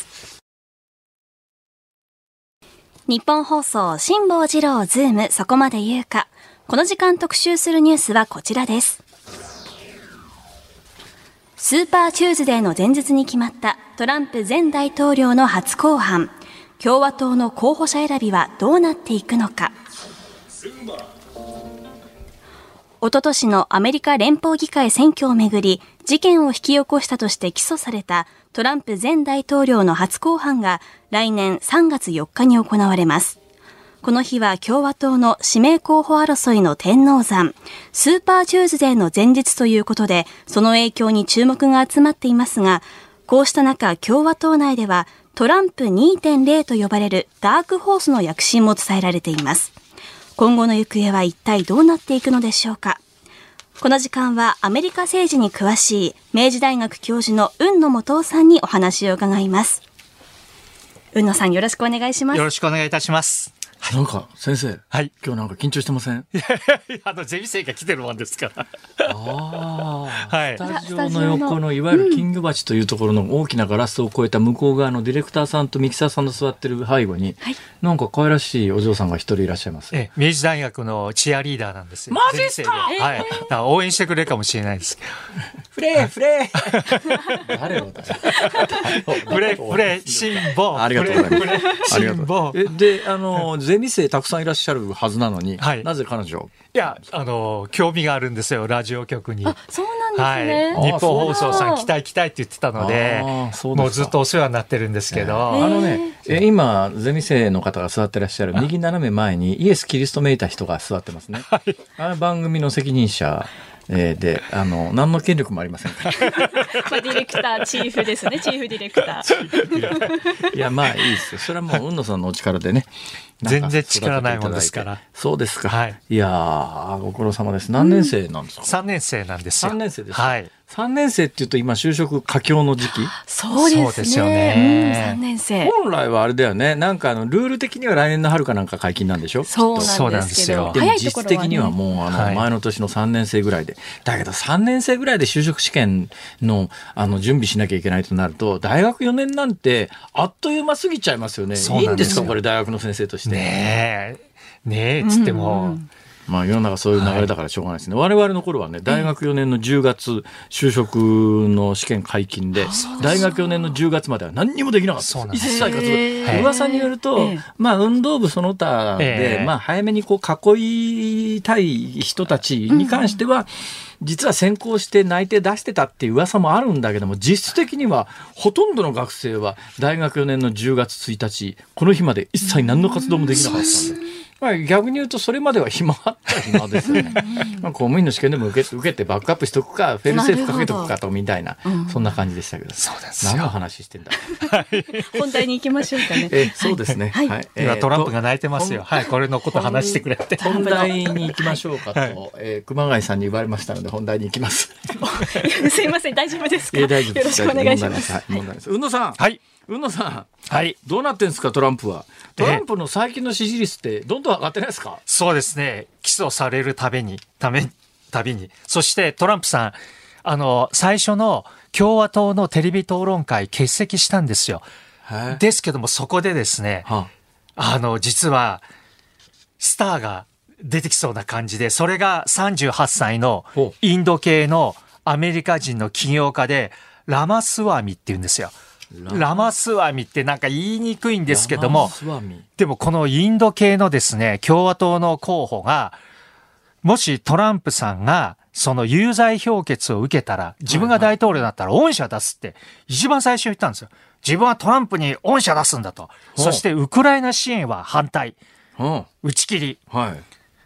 日本放送辛坊治郎ズームそこまで言うか。この時間特集するニュースはこちらです。スーパーチューズデーの前日に決まったトランプ前大統領の初公判。共和党の候補者選びはどうなっていくのか。おととしのアメリカ連邦議会選挙をめぐり、事件を引き起こしたとして起訴されたトランプ前大統領の初公判が来年さんがつよっかに行われます。この日は共和党の指名候補争いの天王山、スーパーチューズデーの前日ということで、その影響に注目が集まっていますが、こうした中、共和党内ではトランプ にてんゼロ と呼ばれるダークホースの躍進も伝えられています。今後の行方は一体どうなっていくのでしょうか。この時間はアメリカ政治に詳しい明治大学教授の海野素央さんにお話を伺います。海野さんよろしくお願いします。 よろしくお願いいたします。 なんか先生、 はい、 今日なんか緊張してません？ いやいやあのゼミ生が来てるもんですから。 ああ、 はい、 スタジオの横のいわゆる金魚鉢というところの大きなガラスを越えた向こう側のディレクターさんとミキサーさんの座ってる背後に、はい、なんか可愛らしいお嬢さんが一人いらっしゃいます。 ええ、明治大学のチアリーダーなんですよ。 マジですか？ はい、だから応援してくれるかもしれないです。 フレーフレー誰をだフレフレ辛抱。 ありがとうございます。 辛抱。 えで、あのゼミ生たくさんいらっしゃるはずなのに、はい、なぜ彼女？ いや、あの興味があるんですよ、ラジオ局に。 あ、そうなんですね。 はい、日本放送さん来たい来たいって言ってたので、もうずっとお世話になってるんですけど、 あのね、え今ゼミ生の方が座ってらっしゃる右斜め前にイエス・キリストめいた人が座ってますね。はい、あの番組の責任者えー、で、あの何の権力もありませんから。 まあディレクターチーフですね、チーフディレクター。 いや、まあいいですよ。それはもう海野さんのお力でね。 全然力ないもんですから。 そうですか。 はい、 いやー、ご苦労様です。何年生なんですか？ さんねん生なんですよ。 さんねん生です。 はい。 さんねん生っていうと今就職佳境の時期？ そうですね。そうですよね。うん、さんねん生。 本来はあれだよね。なんかあのルール的には来年の春かなんか解禁なんでしょ？ そうなんですけど。 でも実質的にはもうあの前の年のさんねん生ぐらいで。だけどさんねん生ぐらいで就職試験のあの準備しなきゃいけないとなると、大学よねんなんてあっという間過ぎちゃいますよね。いいんですかこれ大学の先生として？ ねえ。ねえ、つっても。うんうん、 まあ世の中そういう流れだからしょうがないですね。はい、我々の頃はね、大学よねんのじゅうがつ就職の試験解禁で、大学よねんのじゅうがつまでは何にもできなかったです。一切活動。噂によると、まあ運動部その他で、まあ早めにこう囲いたい人たちに関しては、実は先行して内定出してたっていう噂もあるんだけども、実質的にはほとんどの学生は大学よねんのじゅうがつついたち、この日まで一切何の活動もできなかったんで。まあ、逆に言うとそれまでは暇あったら暇ですよね。まあ公務員の試験でも受け、受けてバックアップしとくかフェルセーフかけとくかとみたいな、うん、そんな感じでしたけど。 そうですよ。 何の話してんだ。 本題に行きましょうかね。 えそうですね。 はいはい、今トランプが泣いてますよ。はい、これのこと話してくれて。 本題に行きましょうかと、はい、えー、熊谷さんに言われましたので本題に行きます。 すいません、大丈夫ですか？ えー、大丈夫です。 よろしくお願いします。 問題です。宇野さん。 はい。 宇野さん。 はい。 どうなってんですかトランプは？トランプの最近の支持率ってどんどん上がってないですか？ そうですね。起訴されるたびに、ため、たびに。そしてトランプさん、あの、最初の共和党のテレビ討論会欠席したんですよ。ですけども、そこでですね、はあ、あの、実は、スターが出てきそうな感じで、それがさんじゅうはっさいのインド系のアメリカ人の起業家で、ラマスワミって言うんですよ。ラマスワミってなんか言いにくいんですけども、でもこのインド系のですね、共和党の候補が、もしトランプさんがその有罪評決を受けたら、自分が大統領になったら恩赦出すって一番最初に言ったんですよ。自分はトランプに恩赦出すんだと。そしてウクライナ支援は反対。打ち切り。はい、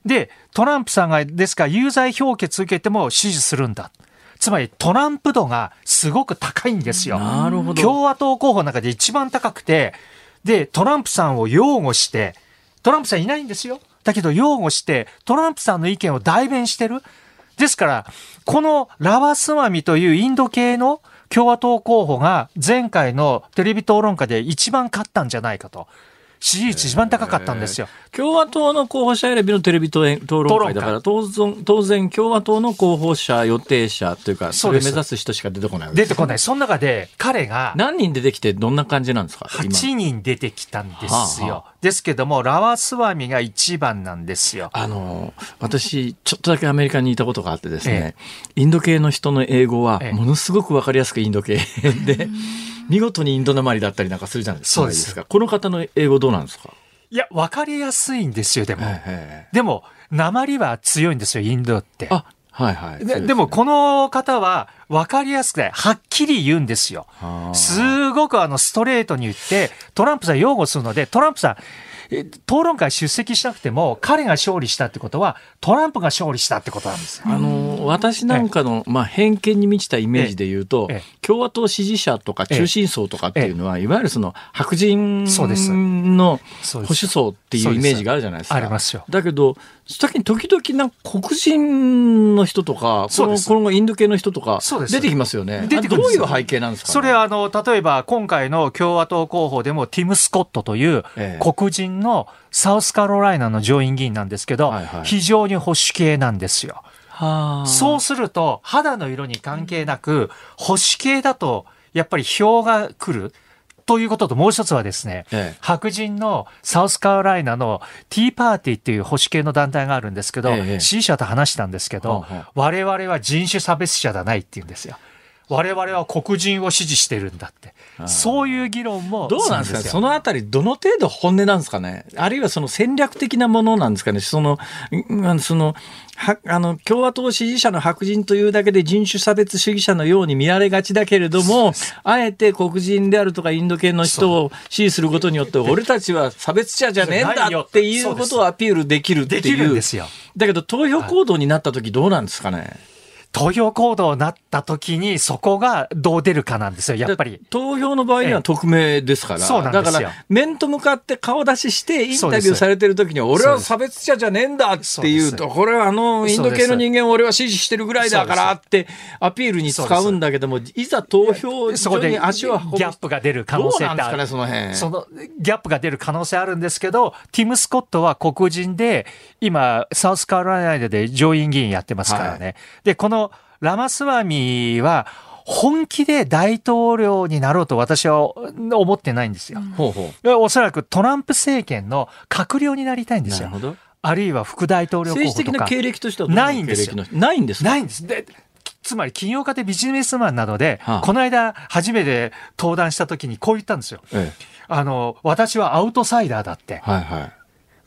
で、トランプさんがですから有罪評決受けても支持するんだ。つまりトランプ度がすごく高いんですよ。 なるほど。 共和党候補の中で一番高くて、で、トランプさんを擁護して、トランプさんいないんですよ。だけど擁護して、トランプさんの意見を代弁してる。ですから、このラワスワミというインド系の共和党候補が前回のテレビ討論会で一番勝ったんじゃないかと。支持率一番高かったんですよ。 共和党の候補者選びのテレビ討論会だから当然、当然共和党の候補者予定者というかそれを目指す人しか出てこないわけです。 出てこない。その中で彼が何人出てきてどんな感じなんですか？ はちにん出てきたんですよ。はあはあ、ですけどもラワスワミが一番なんですよ。 あの私ちょっとだけアメリカにいたことがあってですね、ええ、インド系の人の英語はものすごく分かりやすくインド系で、ええ見事にインドなまりだったりなんかするじゃないですか。そうですか。この方の英語どうなんですか？ いや、わかりやすいんですよ、でも。でも、なまりは強いんですよ、インドって。 あ、はいはい。 で、でも、この方は、わかりやすくて、はっきり言うんですよ。すごくあの、ストレートに言って、トランプさん擁護するので、トランプさん、討論会出席しなくても彼が勝利したってことはトランプが勝利したってことなんですよ。 あの私なんかの、まあ、偏見に満ちたイメージで言うと、 共和党支持者とか中心層とかっていうのは、ええ、いわゆるその白人の保守層っていうイメージがあるじゃないですか。 ありますよ。 だけど時々なんか黒人の人とかこのこのインド系の人とか出てきますよね。出てくるんですよ。どういう背景なんですかね。 それはあの例えば今回の共和党候補でもティム・スコットという黒人のサウスカロライナの上院議員なんですけど、はいはい、非常に保守系なんですよ。はあ、そうすると肌の色に関係なく保守系だとやっぱり票が来るということと、もう一つはですね、ええ、白人のサウスカロライナのティーパーティーっていう保守系の団体があるんですけど、ええ、支持者と話したんですけど、ええ、我々は人種差別者じゃないって言うんですよ。我々は黒人を支持してるんだって。そういう議論もどうなんですか。そのあたりどの程度本音なんですかね。あるいはその戦略的なものなんですかね。そのそのはあの共和党支持者の白人というだけで人種差別主義者のように見られがちだけれども、あえて黒人であるとかインド系の人を支持することによって俺たちは差別者じゃねえんだっていうことをアピールできるっていう。できるんですよ。だけど投票行動になった時どうなんですかね。 投票行動になった時にそこがどう出るかなんですよ。やっぱり投票の場合には匿名ですから、そうなんですよ。だから面と向かって顔出ししてインタビューされてる時に俺は差別者じゃねえんだっていうと、これはあのインド系の人間を俺は支持してるぐらいだからってアピールに使うんだけども、いざ投票所に足を運ぶ、 ギャップが出る可能性ってある。 どうなんですかね、その辺。 そのギャップが出る可能性あるんですけど、ティム・スコットは黒人で今サウスカロライナで上院議員やってますからね、はい、でこのラマスワミは本気で大統領になろうと私は思ってないんですよ。ほうほう。おそらくトランプ政権の閣僚になりたいんですよ。なるほど。あるいは副大統領候補とか。 政治的な経歴としてはないんですよ。 ないんですか。 ないんです。でつまり起業家でビジネスマンなどで、はあ、この間初めて登壇した時にこう言ったんですよ。ええ、あの私はアウトサイダーだって、はいはい、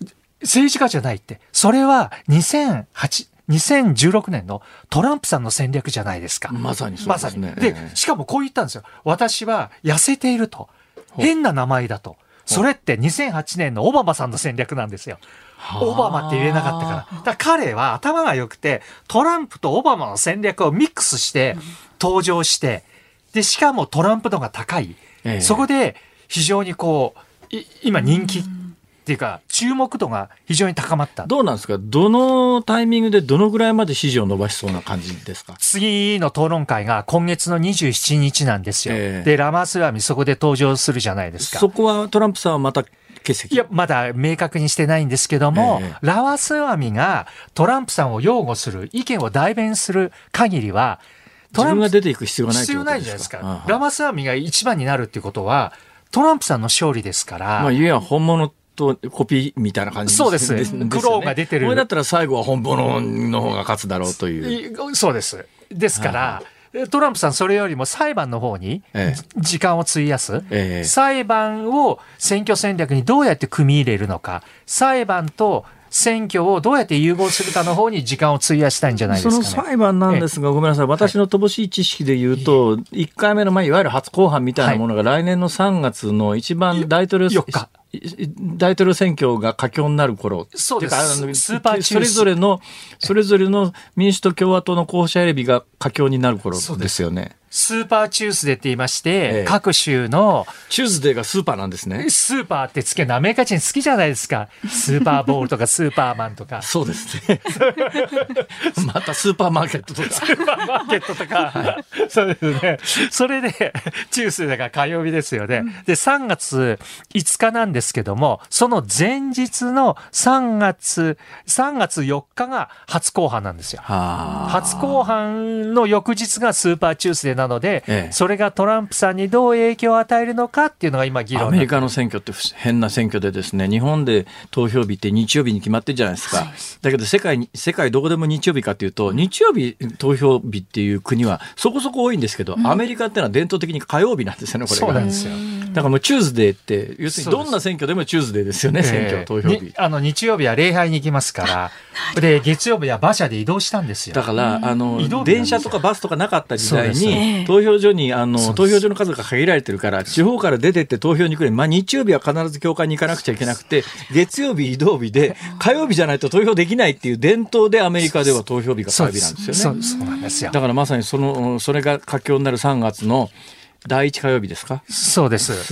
政治家じゃないって。それはにせんはちにせんじゅうろくねんのトランプさんの戦略じゃないですか。 まさにそうですね。 まさに。で、しかもこう言ったんですよ。私は痩せていると。変な名前だと。それってにせんはちねんのオバマさんの戦略なんですよ。オバマって言えなかったから。だから彼は頭が良くて、トランプとオバマの戦略をミックスして登場して、で、しかもトランプ度が高い。ええ、そこで非常にこう、今人気。っていうか注目度が非常に高まった。 どうなんですか。どのタイミングでどのぐらいまで支持を伸ばしそうな感じですか。 次の討論会が今月のにじゅうしちにちなんですよ。えー、でラマスワミそこで登場するじゃないですか。 そこはトランプさんはまた欠席。 いやまだ明確にしてないんですけども、えー、ラマスワミがトランプさんを擁護する意見を代弁する限りはトランプ自分が出ていく必要がない必要ないじゃないですか。ああラマスワミが一番になるっていうことはトランプさんの勝利ですから。 まあいや本物とコピーみたいな感じそうですね。苦労が出てる。 これだったら最後は本物の方が勝つだろうという。 そうです。ですから、はい、トランプさんそれよりも裁判の方に時間を費やす、ええ、裁判を選挙戦略にどうやって組み入れるのか、裁判と選挙をどうやって融合するかの方に時間を費やしたいんじゃないですかね。 その裁判なんですが、ごめんなさい、私の乏しい知識で言うと、はい、いっかいめの、まあ、いわゆる初公判みたいなものが来年のさんがつの一番大統領、大統領選挙が佳境になる頃。 そうです。スーパーチュースそれぞれの、それぞれの民主と共和党の候補者選びが佳境になる頃ですよね。 スーパーチュースデーって言いまして、ええ、各州のチューズデーがスーパーなんですね。 スーパーってつけるのアメリカ人好きじゃないですか。スーパーボールとかスーパーマンとか。 そうですね。またスーパーマーケットとか。 スーパーマーケットとか。はい、そうですね。それでチュースデーだから火曜日ですよね。でさんがついつかなんですけども、その前日のさんがつさんがつよっかが初公判なんですよ。初公判の翌日がスーパーチュースデーなので、ええ、それがトランプさんにどう影響を与えるのかっていうのが今議論。 アメリカの選挙って変な選挙でですね、日本で投票日って日曜日に決まってるじゃないですか。だけど世界に世界どこでも日曜日かっていうと、日曜日投票日っていう国はそこそこ多いんですけど、うん、アメリカってのは伝統的に火曜日なんですよね。これがそうなんですよ。 だからもうチューズデーって要するにどんな選挙でもチューズデーですよね、選挙投票日。 あの日曜日は礼拝に行きますからで月曜日は馬車で移動したんですよ。 だからあの電車とかバスとかなかった時代に投票所にあの投票所の数が限られてるから地方から出てって投票に来る、まあ、日曜日は必ず教会に行かなくちゃいけなくて月曜日移動日で火曜日じゃないと投票できないっていう伝統でアメリカでは投票日が火曜日なんですよね。 そうそうなんですよ。 だからまさにそのそれが佳境になるさんがつのだいいち火曜日ですか。 そうです。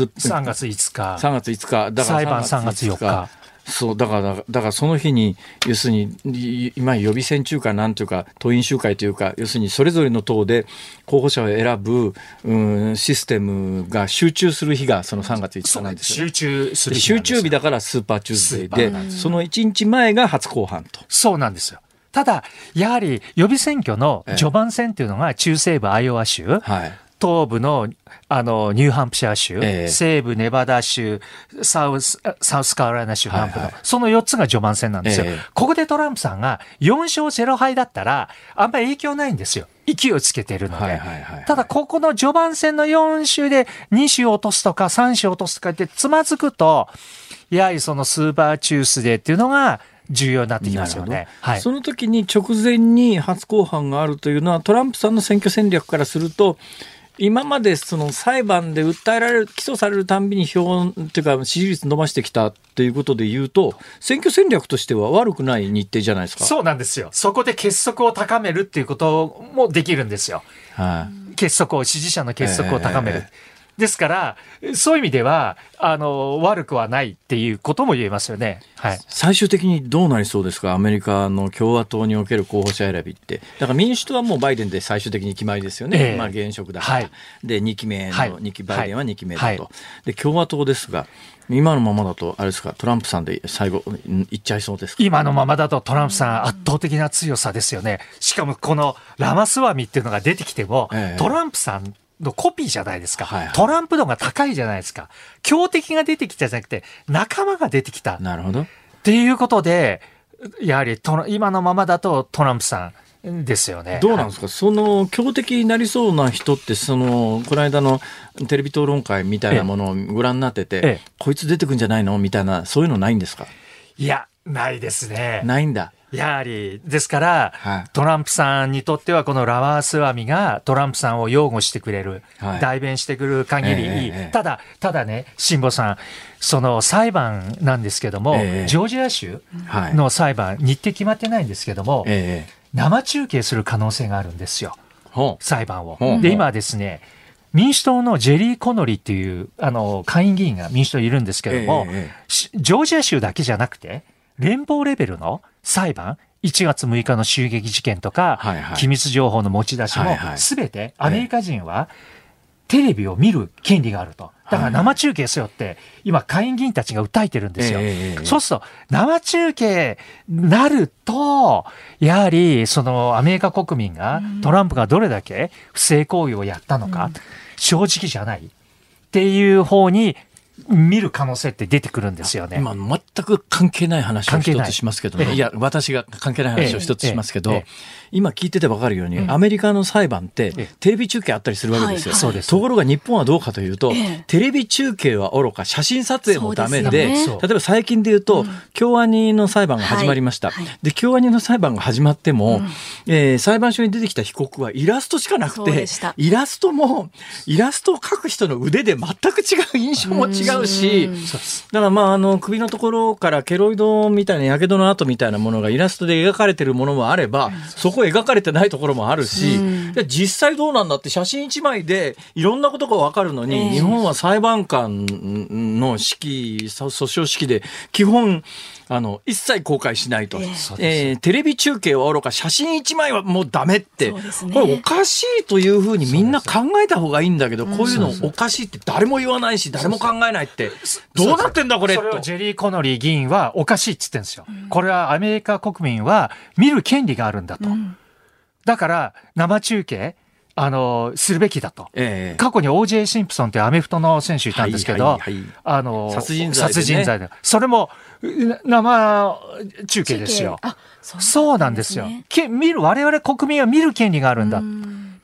さんがついつか。 さんがついつか。だから裁判さんがつよっか。 そうだからだからその日に要するに今予備選中かなんというか党員集会というか要するにそれぞれの党で候補者を選ぶ、うん、システムが集中する日がそのさんがついつかなんですよね。 集中する日集中日だからスーパーチューズデーでそのいちにちまえが初公判と。 そうなんですよ。ただやはり予備選挙の序盤戦というのが中西部アイオワ州、はい、東部のあのニューハンプシャー州、えー、西部ネバダ州、サウス、サウスカロライナ州南部の、はいはい、そのよっつが序盤戦なんですよ、えー。ここでトランプさんがよんしょうゼロはいだったらあんまり影響ないんですよ。勢いをつけてるので、はいはいはいはい。ただここの序盤戦のよん州でに州落とすとかさん州落とすとかってつまずくと、やはりそのスーパーチュースデーっていうのが重要になってきますよね。はい、 その時に直前に初公判があるというのはトランプさんの選挙戦略からすると今までその裁判で訴えられる起訴されるたんびに票というか支持率伸ばしてきたということで言うと選挙戦略としては悪くない日程じゃないですか。 そうなんですよ。そこで結束を高めるっていうこともできるんですよ、はい、結束を支持者の結束を高める、えーですからそういう意味ではあの悪くはないっていうことも言えますよね、はい、 最終的にどうなりそうですか。アメリカの共和党における候補者選びってだから民主党はもうバイデンで最終的に決まりですよね、えーまあ、現職だから、はい、でにきめの、はい、にきバイデンはにきめだと、はい、で共和党ですが今のままだとあれですかトランプさんで最後いっちゃいそうですか。 今のままだとトランプさん圧倒的な強さですよね。しかもこのラマスワミっていうのが出てきても、えー、トランプさんのコピーじゃないですか、はいはい、トランプ度が高いじゃないですか。強敵が出てきたじゃなくて仲間が出てきた。 なるほど。 っていうことでやはり今のままだとトランプさんですよね。 どうなんですか、はい、その強敵になりそうな人ってそのこの間のテレビ討論会みたいなものをご覧になってて、ええ、こいつ出てくんじゃないのみたいなそういうのないんですか。 いやないですね。 ないんだ。 やはりですから、はい、トランプさんにとってはこのラマスワミがトランプさんを擁護してくれる、はい、代弁してくる限り、えー、ただただね辛坊さんその裁判なんですけども、えー、ジョージア州の裁判、はい、日程決まってないんですけども、えー、生中継する可能性があるんですよ、裁判を。で今ですね民主党のジェリー・コノリっていうあの下院議員が民主党にいるんですけども、えー、ジョージア州だけじゃなくて連邦レベルの裁判いちがつむいかの襲撃事件とか、はいはい、機密情報の持ち出しも全てアメリカ人はテレビを見る権利があると。だから生中継せよって今下院議員たちが訴えてるんですよ、えー、そうすると生中継なるとやはりそのアメリカ国民がトランプがどれだけ不正行為をやったのか、うん、正直じゃないっていう方に見る可能性って出てくるんですよね。 今全く関係ない話を一つしますけど、ね、い, いや私が関係ない話を一つしますけど、えええ、今聞いてて分かるように、うん、アメリカの裁判ってテレビ中継あったりするわけですよ、はいはい、ところが日本はどうかというと、テレビ中継はおろか写真撮影もダメ で, で、ね、例えば最近で言うと、うん、京アニの裁判が始まりました、はいはい、で京アニの裁判が始まっても、うんえー、裁判所に出てきた被告はイラストしかなくてイラストもイラストを描く人の腕で全く違う印象も違うし、だからまああの首のところからケロイドみたいなやけどの跡みたいなものがイラストで描かれてるものもあれば、そこ描かれてないところもあるし、実際どうなんだって写真一枚でいろんなことが分かるのに、日本は裁判官の指揮訴訟指揮で基本あの一切公開しないと、えーえー、テレビ中継はおろか写真一枚はもうダメって、ね、これおかしいというふうにみんな考えた方がいいんだけど、こういうのおかしいって誰も言わないし誰も考えないってどうなってんだこれ。 それをジェリー・コノリー議員はおかしいって言ってるんですよ、うん、これはアメリカ国民は見る権利があるんだと、うん、だから生中継あのするべきだと、えー、過去に オージェー シンプソンってアメフトの選手いたんですけど、はいはいはい、あの殺人罪で、ね、 殺人罪でそれも生中継ですよ。あ、そうなんですよ。け見る我々国民は見る権利があるんだっ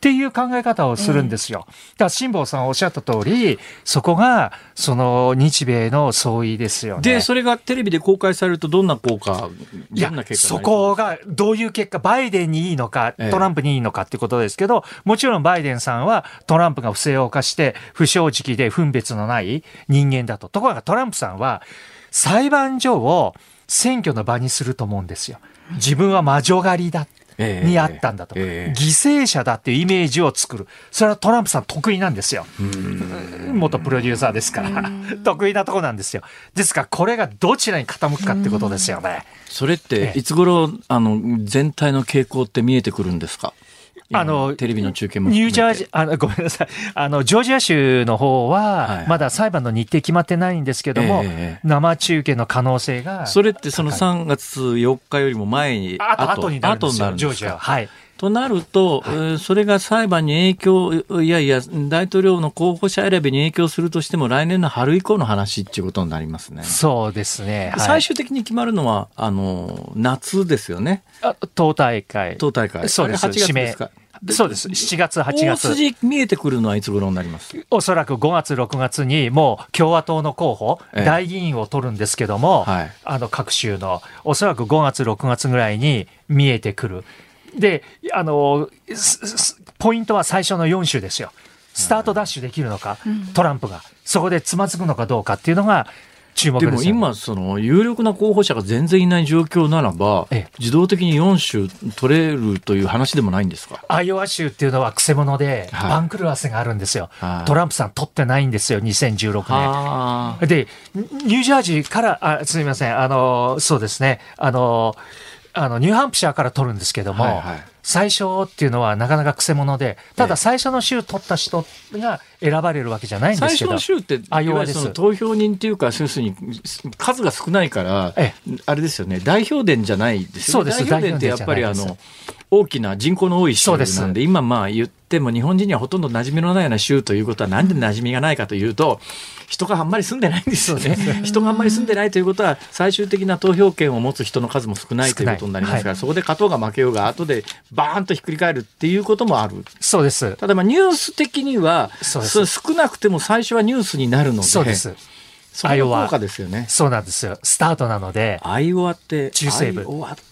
っていう考え方をするんですよ。だから辛坊さんおっしゃった通り、そこがその日米の相違ですよね。 でそれがテレビで公開されるとどんな効果、どんな結果になりそうですか？ そこがどういう結果、バイデンにいいのかトランプにいいのかっていうことですけど、もちろんバイデンさんはトランプが不正を犯して不正直で分別のない人間だと。ところがトランプさんは裁判所を選挙の場にすると思うんですよ。自分は魔女狩りだにあったんだと、えーえー、犠牲者だっていうイメージを作る。それはトランプさん得意なんですよ。元プロデューサーですから得意なとこなんですよ。ですからこれがどちらに傾くかってことですよね。 それっていつ頃あの全体の傾向って見えてくるんですか？ あのテレビの中継もニュージャージーあのごめんなさいあのジョージア州の方はまだ裁判の日程決まってないんですけども、えー、生中継の可能性が。 それってそのさんがつよっかよりも前にあと後になるんですよ、ジョージアは。はい。 となると、はい、それが裁判に影響、いやいや大統領の候補者選びに影響するとしても来年の春以降の話っていうことになりますね。 そうですね、はい、 最終的に決まるのはあの夏ですよね。 あ党大会党大会そうです。 はちがつですか？ そうです。しちがつはちがつ。 大筋見えてくるのはいつ頃になります？ おそらくごがつろくがつにもう共和党の候補、ええ、大議員を取るんですけども、はい、あの各州のおそらくごがつろくがつぐらいに見えてくる。であのポイントは最初のよん州ですよ。スタートダッシュできるのか、うん、トランプがそこでつまずくのかどうかっていうのが注目ですよね。 でも今その有力な候補者が全然いない状況ならば、ええ、自動的によん州取れるという話でもないんですか？ アイオワ州っていうのはくせ者で、はい、番狂わせがあるんですよ、はい、トランプさん取ってないんですよにせんじゅうろくねんで。ニュージャージーからあすみませんあのそうですねあのあのニューハンプシャーから取るんですけども、はいはい、最初っていうのはなかなかくせ者で、ただ最初の州取った人が選ばれるわけじゃないんですけど、 最初の州っていわゆるその投票人っていうか要するに数が少ないからあれですよね、代表伝じゃないですよね。 そうです。 代表伝ってやっぱりあの大きな人口の多い州なんで、今まあ言っても日本人にはほとんど馴染みのないような州ということはなんで馴染みがないかというと、人があんまり住んでないんですよね。人があんまり住んでないということは最終的な投票権を持つ人の数も少ないということになりますから、はい、そこで勝とうが負けようが後でバーンとひっくり返るっていうこともある。 そうです。 ただまあニュース的にはそ少なくても最初はニュースになるので、 そうです。 その効果ですよね。 そうなんですよ。スタートなのでアイオワって中西部アイオワって、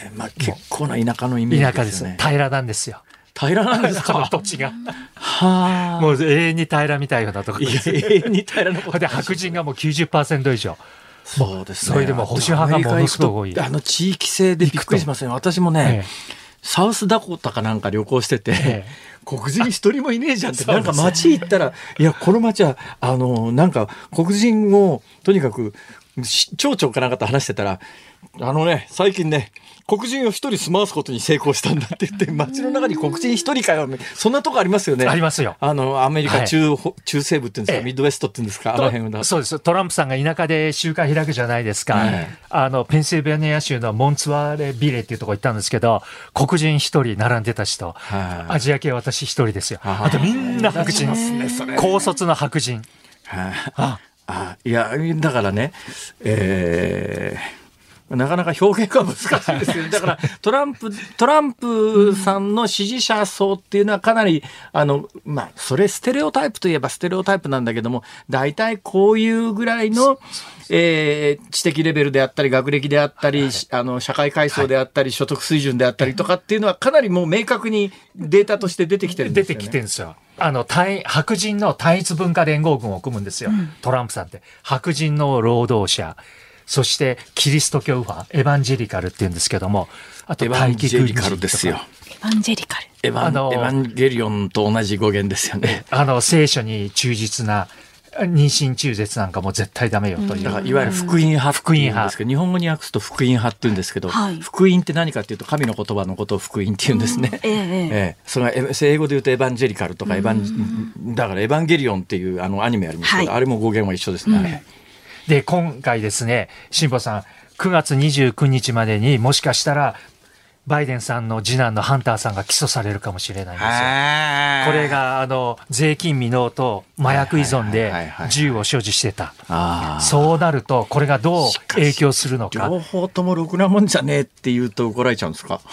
まあ、結構な田舎のイメージですよね。 田舎です。平らなんですよ。 平らなんですか？ 土地がはあ、 もう永遠に平らみたいようなところです。 永遠に平らなことで白人がもう きゅうじゅっパーセント 以上。 そうですね。 それでも保守派がものすごく多い。 あの地域性でびっくりしますね。私もね、ええ、サウスダコタかなんか旅行してて、ええ、黒人一人もいねえじゃんって、なんか街行ったら、いやこの街はあのなんか黒人をとにかく町長かなんかと話してたら、あのね最近ね黒人を一人住まわすことに成功したんだって言って、街の中に黒人一人かよ、そんなとこありますよね。 ありますよ。 あのアメリカ中、はい、中西部っていうんですか、 ええ、 ミッドウェストっていうんですか、あの辺だ。 そうです。トランプさんが田舎で集会開くじゃないですか、ええ、あのペンシルベニア州のモンツワーレビレっていうところ行ったんですけど、黒人一人並んでた人、はい、アジア系私一人ですよ。あとみんな白人、ね、高卒の白人。 はあ、あいやだからね、えーなかなか表現が難しいですよね。だからトランプトランプさんの支持者層っていうのはかなりあのまあそれステレオタイプといえばステレオタイプなんだけども、大体こういうぐらいの、えー、知的レベルであったり学歴であったり、はい、あの社会階層であったり、はい、所得水準であったりとかっていうのはかなりもう明確にデータとして出てきてるんですよね。 出てきてるんですよ。あの対白人の単一文化連合軍を組むんですよ、うん、トランプさんって。白人の労働者、そしてキリスト教派エヴァンジェリカルって言うんですけども、あとエヴァンジェリカルですよ。 エヴァンジェリカルエヴァン、エヴァンゲリオンと同じ語源ですよね。 あの聖書に忠実な、妊娠中絶なんかも絶対ダメよという、 だからいわゆる福音派っていうんですけど、日本語に訳すと福音派って言うんですけど、はい、福音って何かっていうと神の言葉のことを福音って言うんですね、うん、ええええ、それは英語で言うとエヴァンジェリカルとかエヴァン、だからエヴァンゲリオンっていうあのアニメありますけど、はい、あれも語源は一緒ですね、うん。 で今回ですね、辛坊さんくがつにじゅうくにちまでにもしかしたらバイデンさんの次男のハンターさんが起訴されるかもしれないんですよ。これがあの税金未納と麻薬依存で銃を所持してた。そうなるとこれがどう影響するのか。 両方ともろくなもんじゃねえって言うと怒られちゃうんですか。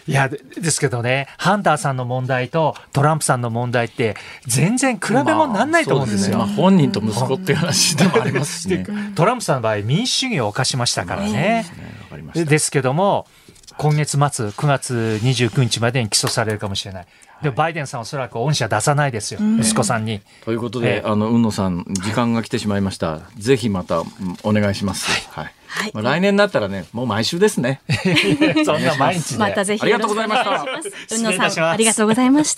いやですけどね、ハンターさんの問題とトランプさんの問題って全然比べ物にならないと思うんですよ。 まあ、そうですね、まあ、本人と息子っていう話でもありますしね。 トランプさんの場合民主主義を犯しましたからね。 まあ、で, ですけども今月末くがつにじゅうくにちまでに起訴されるかもしれない。でもバイデンさんはおそらく恩赦出さないですよ、息子さんに。 ということで、えー、あの海野さん時間が来てしまいました。ぜひまたお願いします。はいはいはい、まあ、来年になったらね、もう毎週ですね。 そんな毎日でまたぜひよろしくお願いします。海野さんありがとうございました。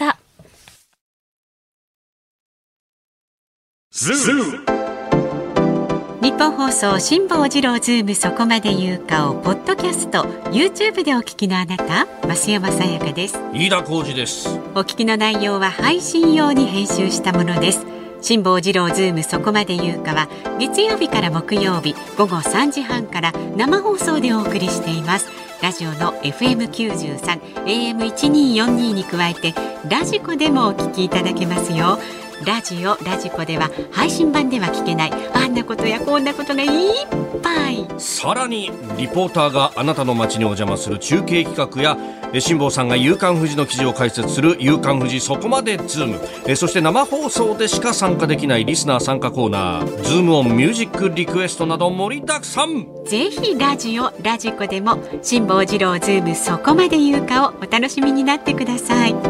ズー日本放送辛坊治郎ズームそこまで言うかをポッドキャスト YouTube でお聞きのあなた、増山さやかです。 飯田浩司です。 お聞きの内容は配信用に編集したものです。辛坊治郎ズームそこまで言うかは月曜日から木曜日午後さんじはんから生放送でお送りしています。ラジオの エフエムきゅうじゅうさん エーエムせんにひゃくよんじゅうに に加えてラジコでもお聞きいただけますよ。ラジオラジコでは配信版では聞けないあんなことやこんなことがいっぱい。 さらにリポーターがあなたの街にお邪魔する中継企画や辛坊さんが夕刊フジの記事を解説する夕刊フジそこまでズーム、えそして生放送でしか参加できないリスナー参加コーナーズームオンミュージックリクエストなど盛りだくさん。 ぜひラジオラジコでも辛坊治郎ズームそこまで言うかをお楽しみになってください。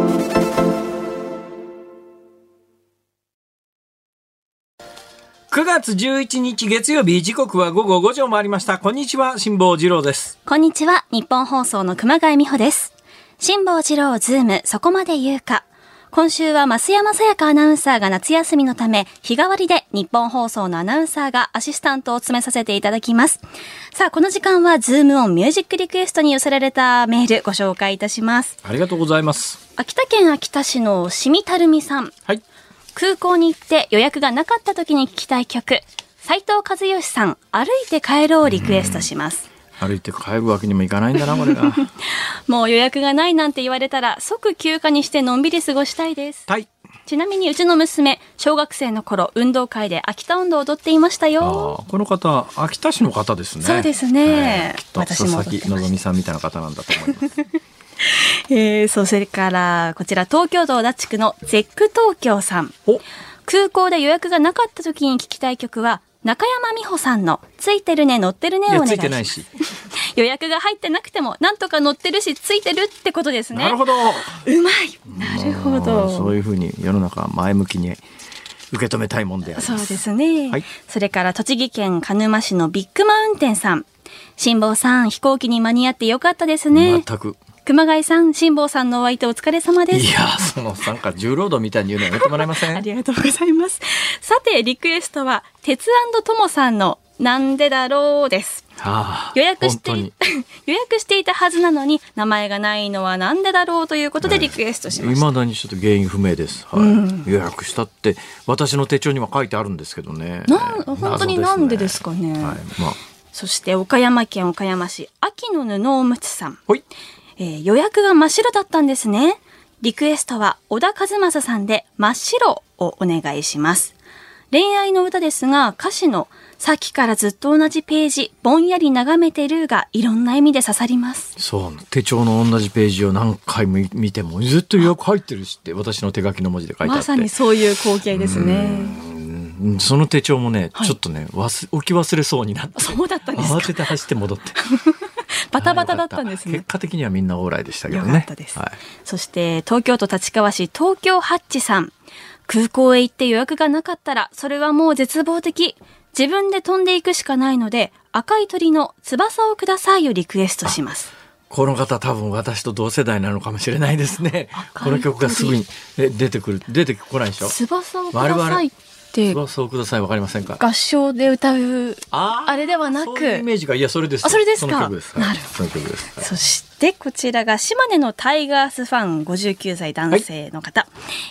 くがつじゅういちにち月曜日、時刻は午後ごじを回りました。こんにちは、辛坊治郎です。 こんにちは、日本放送の熊谷美穂です。辛坊治郎ズームそこまで言うか。今週は増山さやかアナウンサーが夏休みのため日替わりで日本放送のアナウンサーがアシスタントを務めさせていただきます。さあ、この時間はズームオンミュージックリクエストに寄せられたメールご紹介いたします。 ありがとうございます。 秋田県秋田市のしみたるみさん。 はい。 空港に行って予約がなかった時に聴きたい曲、斉藤和義さん歩いて帰ろうをリクエストします。 歩いて帰るわけにもいかないんだなこれが。 もう予約がないなんて言われたら即休暇にしてのんびり過ごしたいです。 はい。 ちなみにうちの娘小学生の頃運動会で秋田音頭を踊っていましたよ。 あ、この方秋田市の方ですね。 そうですね、 えー、きっと佐々木希さんみたいな方なんだと思います。 えー、それからこちら東京都足立区のゼック東京さん。空港で予約がなかった時に聴きたい曲は中山美穂さんのついてるね乗ってるねをお願いします。いや、ついてないし予約が入ってなくてもなんとか乗ってるしついてるってことですね。 なるほど、 うまい。なるほど、 そういうふうに世の中は前向きに受け止めたいもんであります。 そうですね、はい、それから栃木県鹿沼市のビッグマウンテンさん。辛坊さん飛行機に間に合ってよかったですね。 全く。 熊谷さん、辛坊さんのお相手お疲れ様です。 いや、そのなんか重労働みたいに言うのやめてもらえません？ ありがとうございます。さて、リクエストは鉄&トモさんのなんでだろうです。はあ、予約して予約していたはずなのに名前がないのはなんでだろうということでリクエストしました。 未だにちょっと原因不明です。はい、うん、予約したって私の手帳には書いてあるんですけどね。 な本当になんでですかね。はい、まあ、そして岡山県岡山市秋の布おむつさん。はい、えー、予約が真っ白だったんですね。リクエストは小田和正さんで真っ白をお願いします。恋愛の歌ですが歌詞のさっきからずっと同じページぼんやり眺めてるがいろんな意味で刺さります。 そう、手帳の同じページを何回も見てもずっと予約入ってるしって私の手書きの文字で書いてあって、 まさにそういう光景ですね。 その手帳もね、はい、ちょっとね忘置き忘れそうになって、 そうだったんですか。 慌てて走って戻ってバタバタだったんですね。 結果的にはみんなオーライでしたけどね。 よかったです、はい、そして東京都立川市東京ハッチさん。空港へ行って予約がなかったらそれはもう絶望的。自分で飛んでいくしかないので赤い鳥の翼をくださいをリクエストします。 この方多分私と同世代なのかもしれないですね。この曲がすぐにえ出てくる出てこないでしょ。 翼をくださいって翼をくださいわかりませんか。 合唱で歌う あ, あれではなく、 そういうイメージが、いやそれです。 あ、それですか。 その曲です。 なるほど、はい、そしてこちらが島根のタイガースファンごじゅうきゅうさい男性の方、はい、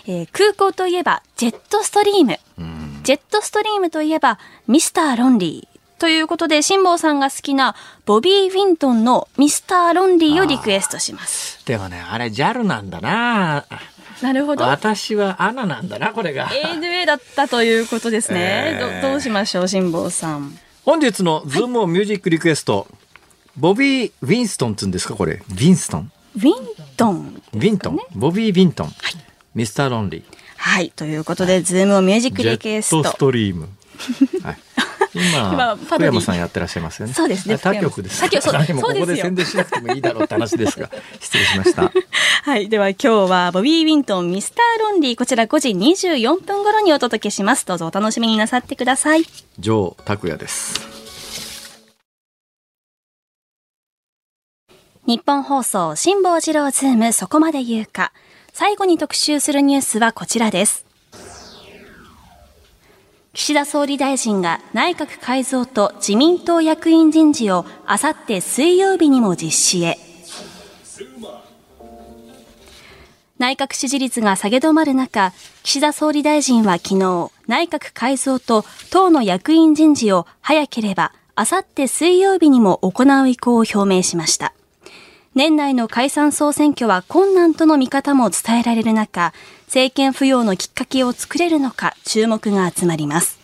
えー、空港といえばジェットストリーム、ジェットストリームといえばミスターロンリーということで辛坊さんが好きなボビー・ウィントンのミスターロンリーをリクエストします。 でもね、あれ ジャル なんだな。 なるほど。 私はアナなんだな、これが。 エーエヌエー だったということですね。えー、ど, どうしましょう、辛坊さん。 本日のズームオンミュージックリクエスト、はい、ボビー・ウィンストンって言うんですか、これ。ウィンストン。 ウィントン、 ウィントン、ボビー・ウィントン、はい、ミスター・ロンリー。 はい、ということで、はい、ズームをミュージックリクエスト。 ジェットストリーム。はい、今福山さんやってらっしゃいますよね。 そうですね。 他局です。 他局、そうですよ。 ここで宣伝しなくてもいいだろうって話ですが、失礼しました。 はい、では今日はボビー・ウィントン、ミスター・ロンリー、こちらごじにじゅうよんぷん頃にお届けします。どうぞお楽しみになさってください。 城拓也です。 日本放送辛坊治郎ズームそこまで言うか。最後に特集するニュースはこちらです。岸田総理大臣が内閣改造と自民党役員人事をあさって水曜日にも実施へ。内閣支持率が下げ止まる中、岸田総理大臣は昨日、内閣改造と党の役員人事を早ければあさって水曜日にも行う意向を表明しました。年内の解散総選挙は困難との見方も伝えられる中、政権浮揚のきっかけを作れるのか注目が集まります。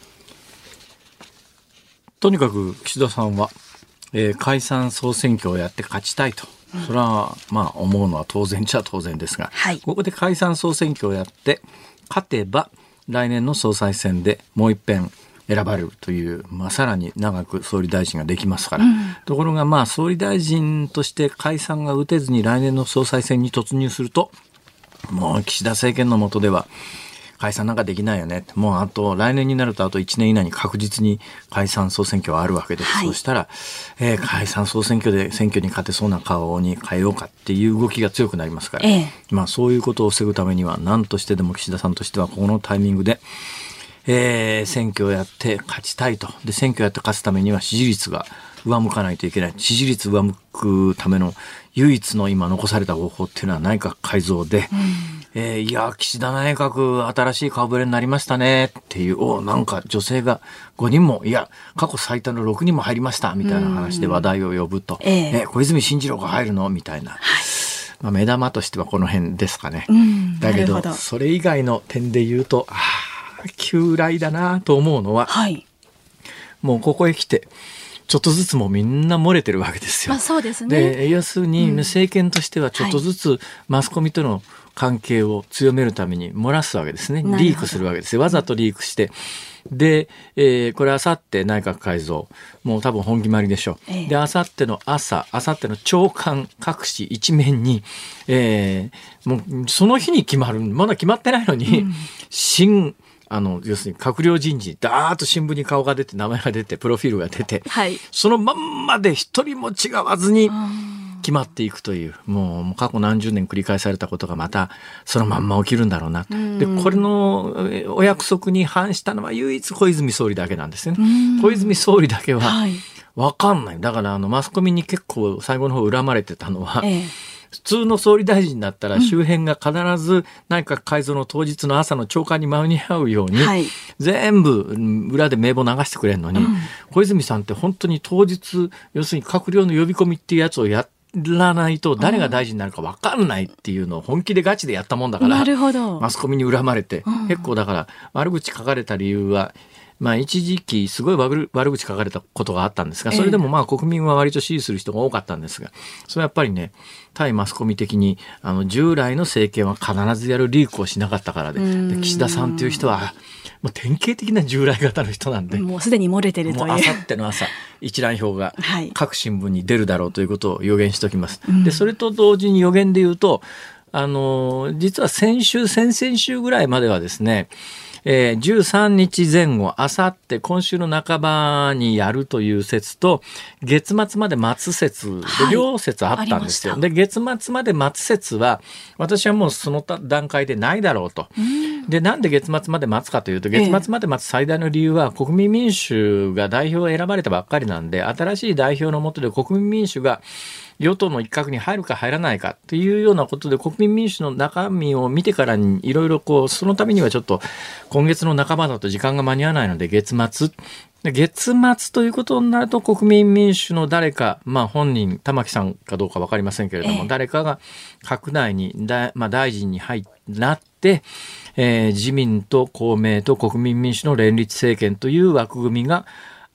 とにかく岸田さんは、えー、解散総選挙をやって勝ちたいと、うん、それはまあ思うのは当然っちゃ当然ですが、はい、ここで解散総選挙をやって勝てば来年の総裁選でもう一遍選ばれるという、まあ、さらに長く総理大臣ができますから、うん、ところがまあ総理大臣として解散が打てずに来年の総裁選に突入すると、もう岸田政権の下では解散なんかできないよね、もうあと来年になるとあといちねん以内に確実に解散総選挙はあるわけです、はい、そうしたら、えー、解散総選挙で選挙に勝てそうな顔に変えようかっていう動きが強くなりますから、ええ、まあ、そういうことを防ぐためには何としてでも岸田さんとしてはこのタイミングでえー、選挙をやって勝ちたいと。で、選挙をやって勝つためには支持率が上向かないといけない。支持率上向くための唯一の今残された方法っていうのは内閣改造で、うん、えー、いや、岸田内閣新しい顔ぶれになりましたねっていう、おなんか女性がごにんも、いや、過去最多のろくにんも入りましたみたいな話で話題を呼ぶと、えー、えー、小泉進次郎が入るのみたいな。はい、まあ、目玉としてはこの辺ですかね。うん、だけど、どそれ以外の点で言うと、あ旧来だなと思うのは、はい、もうここへ来てちょっとずつもうみんな漏れてるわけですよ。 まあ、そうですね。 で要するに政権としてはちょっとずつマスコミとの関係を強めるために漏らすわけですね。リークするわけですよ。わざとリークしてで、えー、これあさって内閣改造もう多分本決まりでしょう、ええ、であさっての朝あさっての朝刊各紙一面に、えー、もうその日に決まるまだ決まってないのに、うん、新あの要するに閣僚人事ダーッと新聞に顔が出て名前が出てプロフィールが出て、はい、そのまんまで一人も違わずに決まっていくという、もう、もう過去何十年繰り返されたことがまたそのまんま起きるんだろうな。でこれのお約束に反したのは唯一小泉総理だけなんですよね。小泉総理だけは分かんない。だからあのマスコミに結構最後の方恨まれてたのは、ええ、普通の総理大臣だったら周辺が必ず内閣改造の当日の朝の朝刊に間に合うように、はい、全部裏で名簿流してくれるのに、うん、小泉さんって本当に当日要するに閣僚の呼び込みっていうやつをやらないと誰が大臣になるか分かんないっていうのを本気でガチでやったもんだから、なるほど、マスコミに恨まれて、うん、結構だから悪口書かれた理由はまあ、一時期すごい悪口書かれたことがあったんですが、それでもまあ国民は割と支持する人が多かったんですが、それはやっぱりね、対マスコミ的にあの従来の政権は必ずやるリークをしなかったからで、で岸田さんという人はもう典型的な従来型の人なんで、 もうすでに漏れてるという、もうあさっての朝一覧表が各新聞に出るだろうということを予言しておきます。はい、でそれと同時に予言で言うと、あの実は先週先々週ぐらいまではですね、えー、じゅうさんにちぜん後、あさって今週の半ばにやるという説と、月末まで待つ説で、両説あったんですよ。で、月末まで待つ説は、私はもうその段階でないだろうと。で、なんで月末まで待つかというと、月末まで待つ最大の理由は、国民民主が代表を選ばれたばっかりなんで、新しい代表の下で国民民主が与党の一角に入るか入らないかっていうようなことで、国民民主の中身を見てからにいろいろこう、そのためにはちょっと今月の半ばだと時間が間に合わないので、月末月末ということになると、国民民主の誰か、まあ本人玉木さんかどうか分かりませんけれども、ええ、誰かが閣内にだ、まあ、大臣に入なって、えー、自民と公明と国民民主の連立政権という枠組みが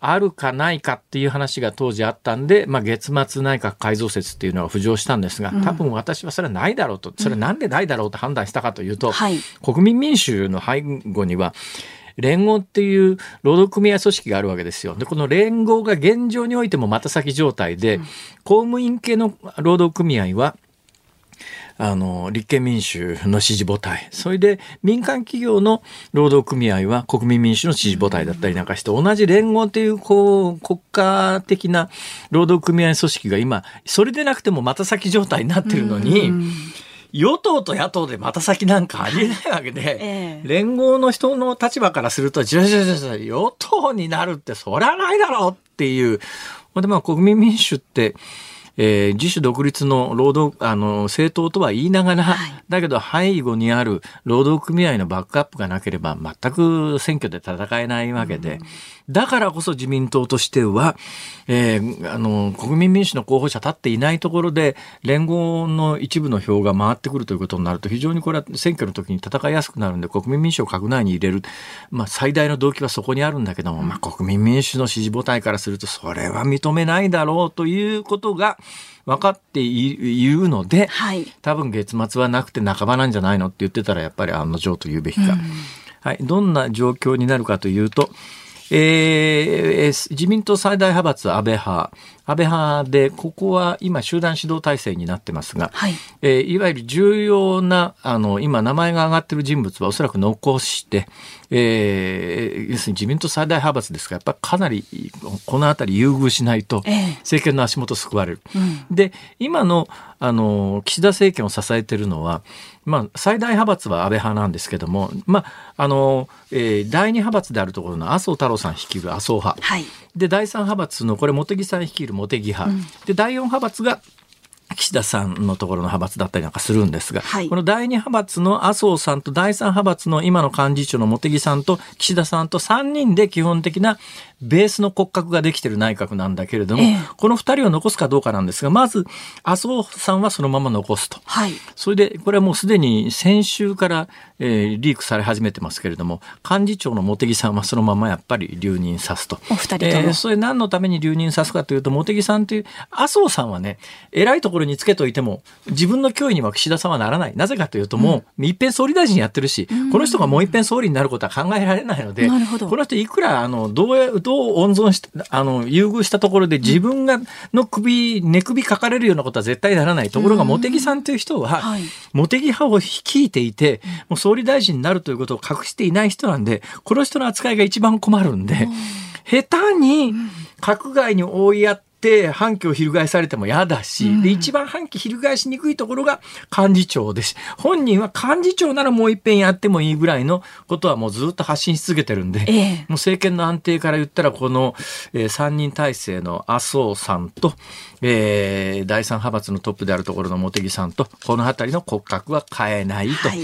あるかないかっていう話が当時あったんで、まあ、月末内閣改造説っていうのが浮上したんですが、多分私はそれはないだろうと、それはなんでないだろうと判断したかというと、うんはい、国民民主の背後には連合っていう労働組合組織があるわけですよ。で、この連合が現状においてもまた先状態で、うん、公務員系の労働組合はあの立憲民主の支持母体、それで民間企業の労働組合は国民民主の支持母体だったりなんかして、同じ連合というこう国家的な労働組合組織が今それでなくてもまた先状態になってるのに、与党と野党でまた先なんかありえないわけで、ええ、連合の人の立場からすると、じゃじゃじゃじゃ与党になるってそりゃないだろうっていう。で、まあ国民民主って、えー、自主独立の労働、あの、政党とは言いながら、はい、だけど背後にある労働組合のバックアップがなければ全く選挙で戦えないわけで、うん、だからこそ自民党としては、えー、あの、国民民主の候補者立っていないところで、連合の一部の票が回ってくるということになると、非常にこれは選挙の時に戦いやすくなるんで、国民民主を閣内に入れる、まあ最大の動機はそこにあるんだけども、まあ国民民主の支持母体からすると、それは認めないだろうということが、分かっているので、はい、多分月末はなくて半ばなんじゃないのって言ってたらやっぱり案の定と言うべきか、うんはい、どんな状況になるかというと、えー、自民党最大派閥安倍派安倍派で、ここは今集団指導体制になってますが、はいえー、いわゆる重要なあの今名前が挙がっている人物はおそらく残して、えー、要するに自民党最大派閥ですから、やっぱりかなりこのあたり優遇しないと政権の足元救われる、えーうん、で今のあの岸田政権を支えているのは、まあ、最大派閥は安倍派なんですけども、まああのえー、だいに派閥であるところの麻生太郎さん率いる麻生派、はい、でだいさん派閥のこれ茂木さん率いる茂木派、うん、でだいよん派閥が岸田さんのところの派閥だったりなんかするんですが、はい、このだいに派閥の麻生さんとだいさん派閥の今の幹事長の茂木さんと岸田さんとさんにんで基本的なベースの骨格ができている内閣なんだけれども、ええ、このふたりを残すかどうかなんですが、まず麻生さんはそのまま残すと、はい、それでこれはもうすでに先週から、えー、リークされ始めてますけれども、幹事長の茂木さんはそのままやっぱり留任さすと。 お二人とも、えー、 それ何のために留任さすかというと、茂木さんという麻生さんはね、偉いところにつけといても自分の脅威には岸田さんはならない。なぜかというと、もう一遍総理大臣やってるし、うん、この人がもう一遍総理になることは考えられないので、なるほど、この人いくらあのどうどう温存してあの優遇したところで自分がの首寝首かかれるようなことは絶対ならない。ところが茂木さんという人は、はい、茂木派を率いていて、もう総理大臣になるということを隠していない人なんで、この人の扱いが一番困るんで、下手に閣外に追いやってで反旗を翻されても嫌だし、うん、で一番反旗翻しにくいところが幹事長です。本人は幹事長ならもう一遍やってもいいぐらいのことはもうずっと発信し続けてるんで、ええ、もう政権の安定から言ったらこの、えー、さんにん体制の麻生さんと、えー、だいさん派閥のトップであるところの茂木さんと、このあたりの骨格は変えないと。はい、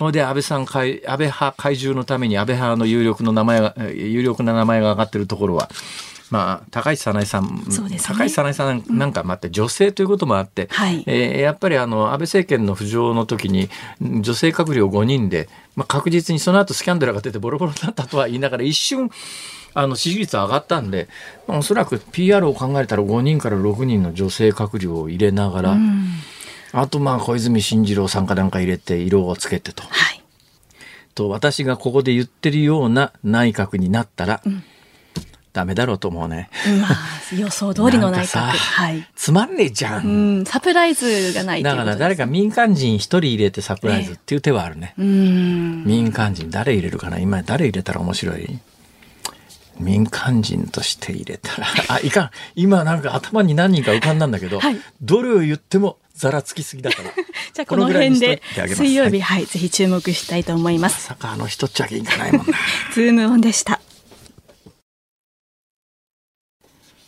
で安倍さん安倍派懐柔のために安倍派の有力の名前が有力な名前が上がっているところは、まあ、高市早苗さん、ね、高市早苗さんなんかもあって、女性ということもあって、はいえー、やっぱりあの安倍政権の浮上の時に女性閣僚ごにんで、まあ、確実にその後スキャンダルが出てボロボロになったとは言いながら一瞬あの支持率上がったんで、まあ、おそらく ピーアール を考えたらごにんからろくにんの女性閣僚を入れながら、うん、あとまあ小泉進次郎さんかなんか入れて色をつけてと、はい、と私がここで言ってるような内閣になったら、うんダメだろうと思うね。 まあ、予想通りの内閣。はい。 つまんねえじゃん。 うん、サプライズがないということです。だから誰か民間人一人入れてサプライズっていう手はあるね。えー、うん民間人誰入れるかな。今誰入れたら面白い。民間人として入れたらあいかん。今なんか頭に何人か浮かんだんだけど、はい、どれを言ってもざらつきすぎだから。 じゃあこの辺で水曜日、はい、はい、ぜひ注目したいと思います。 まさかあの一っちゃけいかないもんな。 ズームオンでした。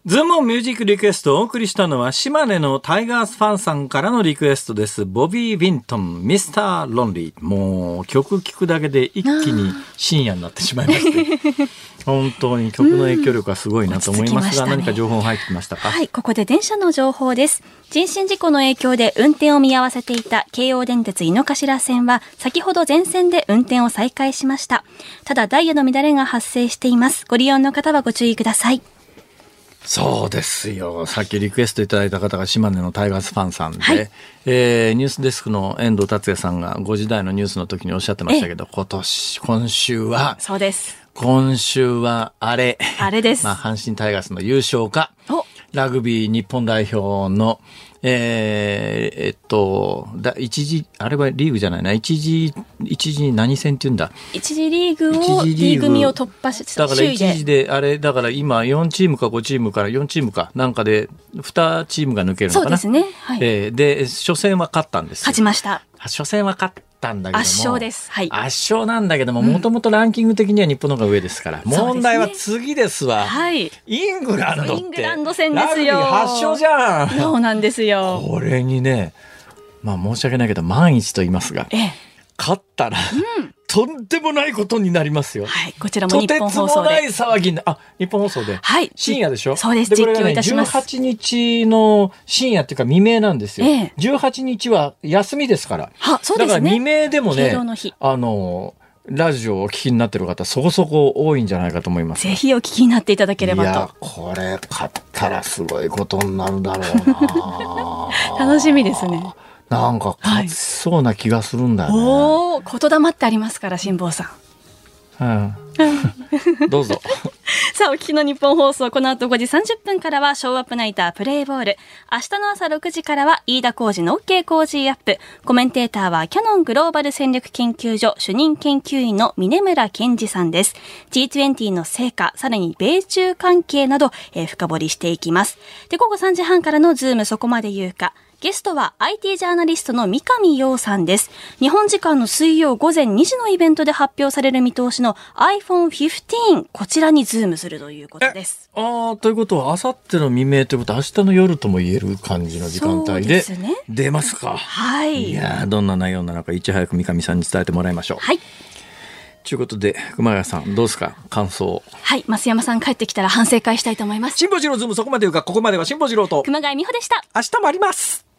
ズームオンミュージックリクエストをお送りしたのは島根のタイガースファンさんからのリクエストです。ボビー・ウィントン、ミスター・ロンリー。もう曲聴くだけで一気に深夜になってしまいまして本当に曲の影響力はすごいなと思いますが、うん、何か情報入ってきましたか？ はい、ここで電車の情報です。人身事故の影響で運転を見合わせていた京王電鉄井の頭線は先ほど全線で運転を再開しました。ただダイヤの乱れが発生しています。ご利用の方はご注意ください。 そうですよ。さっきリクエストいただいた方が島根のタイガースファンさんで、はい、えー、ニュースデスクの遠藤達也さんがごじ台のニュースの時におっしゃってましたけど、今年今週はそうです。 今週はあれあれです。 まあ阪神タイガースの優勝か、ラグビー日本代表のえー、えっとだ一時あれはリーグじゃないな一時一時何戦って言うんだ一次リーグをリーグ組を突破しだから一時であれだから今よんチームかごチームからよんチームかなんかでにチームが抜けるのかな。 そうですね、はい、 えー、で初戦は勝ったんですよ。 勝ちました。 初戦は勝ったんだけども圧勝です、はい、 圧勝なんだけどももともとランキング的には日本の方が上ですから、うん、問題は次ですわ、 はい、 イングランドってイングランド戦ですよ。 ラグビー発祥じゃん。 そうなんですよ。 これにねまあ申し訳ないけど万一と言いますが、ええ、勝ったら、うん、とんでもないことになりますよ。 はい、こちらも日本放送で。 とてつもない騒ぎあ日本放送で、はい、深夜でしょ。 そうです。 でこれが、ね、 実況いたします。 じゅうはちにちの深夜っていうか未明なんですよ、ええ、じゅうはちにちは休みですから。 はそうですね、 だから未明でもね敬老の日あのラジオをお聞きになっている方そこそこ多いんじゃないかと思います。 ぜひお聞きになっていただければと。 いやこれ勝ったらすごいことになるだろうな楽しみですね。 なんか勝ちそうな気がするんだよね、はい、 おー、言霊ってありますから辛坊さん、 うん、どうぞさあお聞きの日本放送、この後ごじさんじゅっぷんからはショーアップナイタープレイボール、明日の朝ろくじからは飯田浩司の OK 工事アップ、コメンテーターはキャノングローバル戦略研究所主任研究員の峰村健二さんです。 ジートゥエンティー の成果、さらに米中関係など、えー、深掘りしていきます。でごごさんじはんからのズームそこまで言うか、ゲストは アイティー ジャーナリストの三上洋さんです。日本時間の水曜午前にじのイベントで発表される見通しの アイフォンフィフティーン、こちらにズームするということです。 ああ、ということは、あさっての未明ということは、明日の夜とも言える感じの時間帯で出ますか。 はい。 いやー、どんな内容なのか、いち早く三上さんに伝えてもらいましょう。 はい。 ということで、熊谷さん、どうですか、感想。 はい、増山さん帰ってきたら反省会したいと思います。 辛坊治郎ズームそこまで言うか、ここまでは辛坊治郎と熊谷美穂でした。 明日もあります。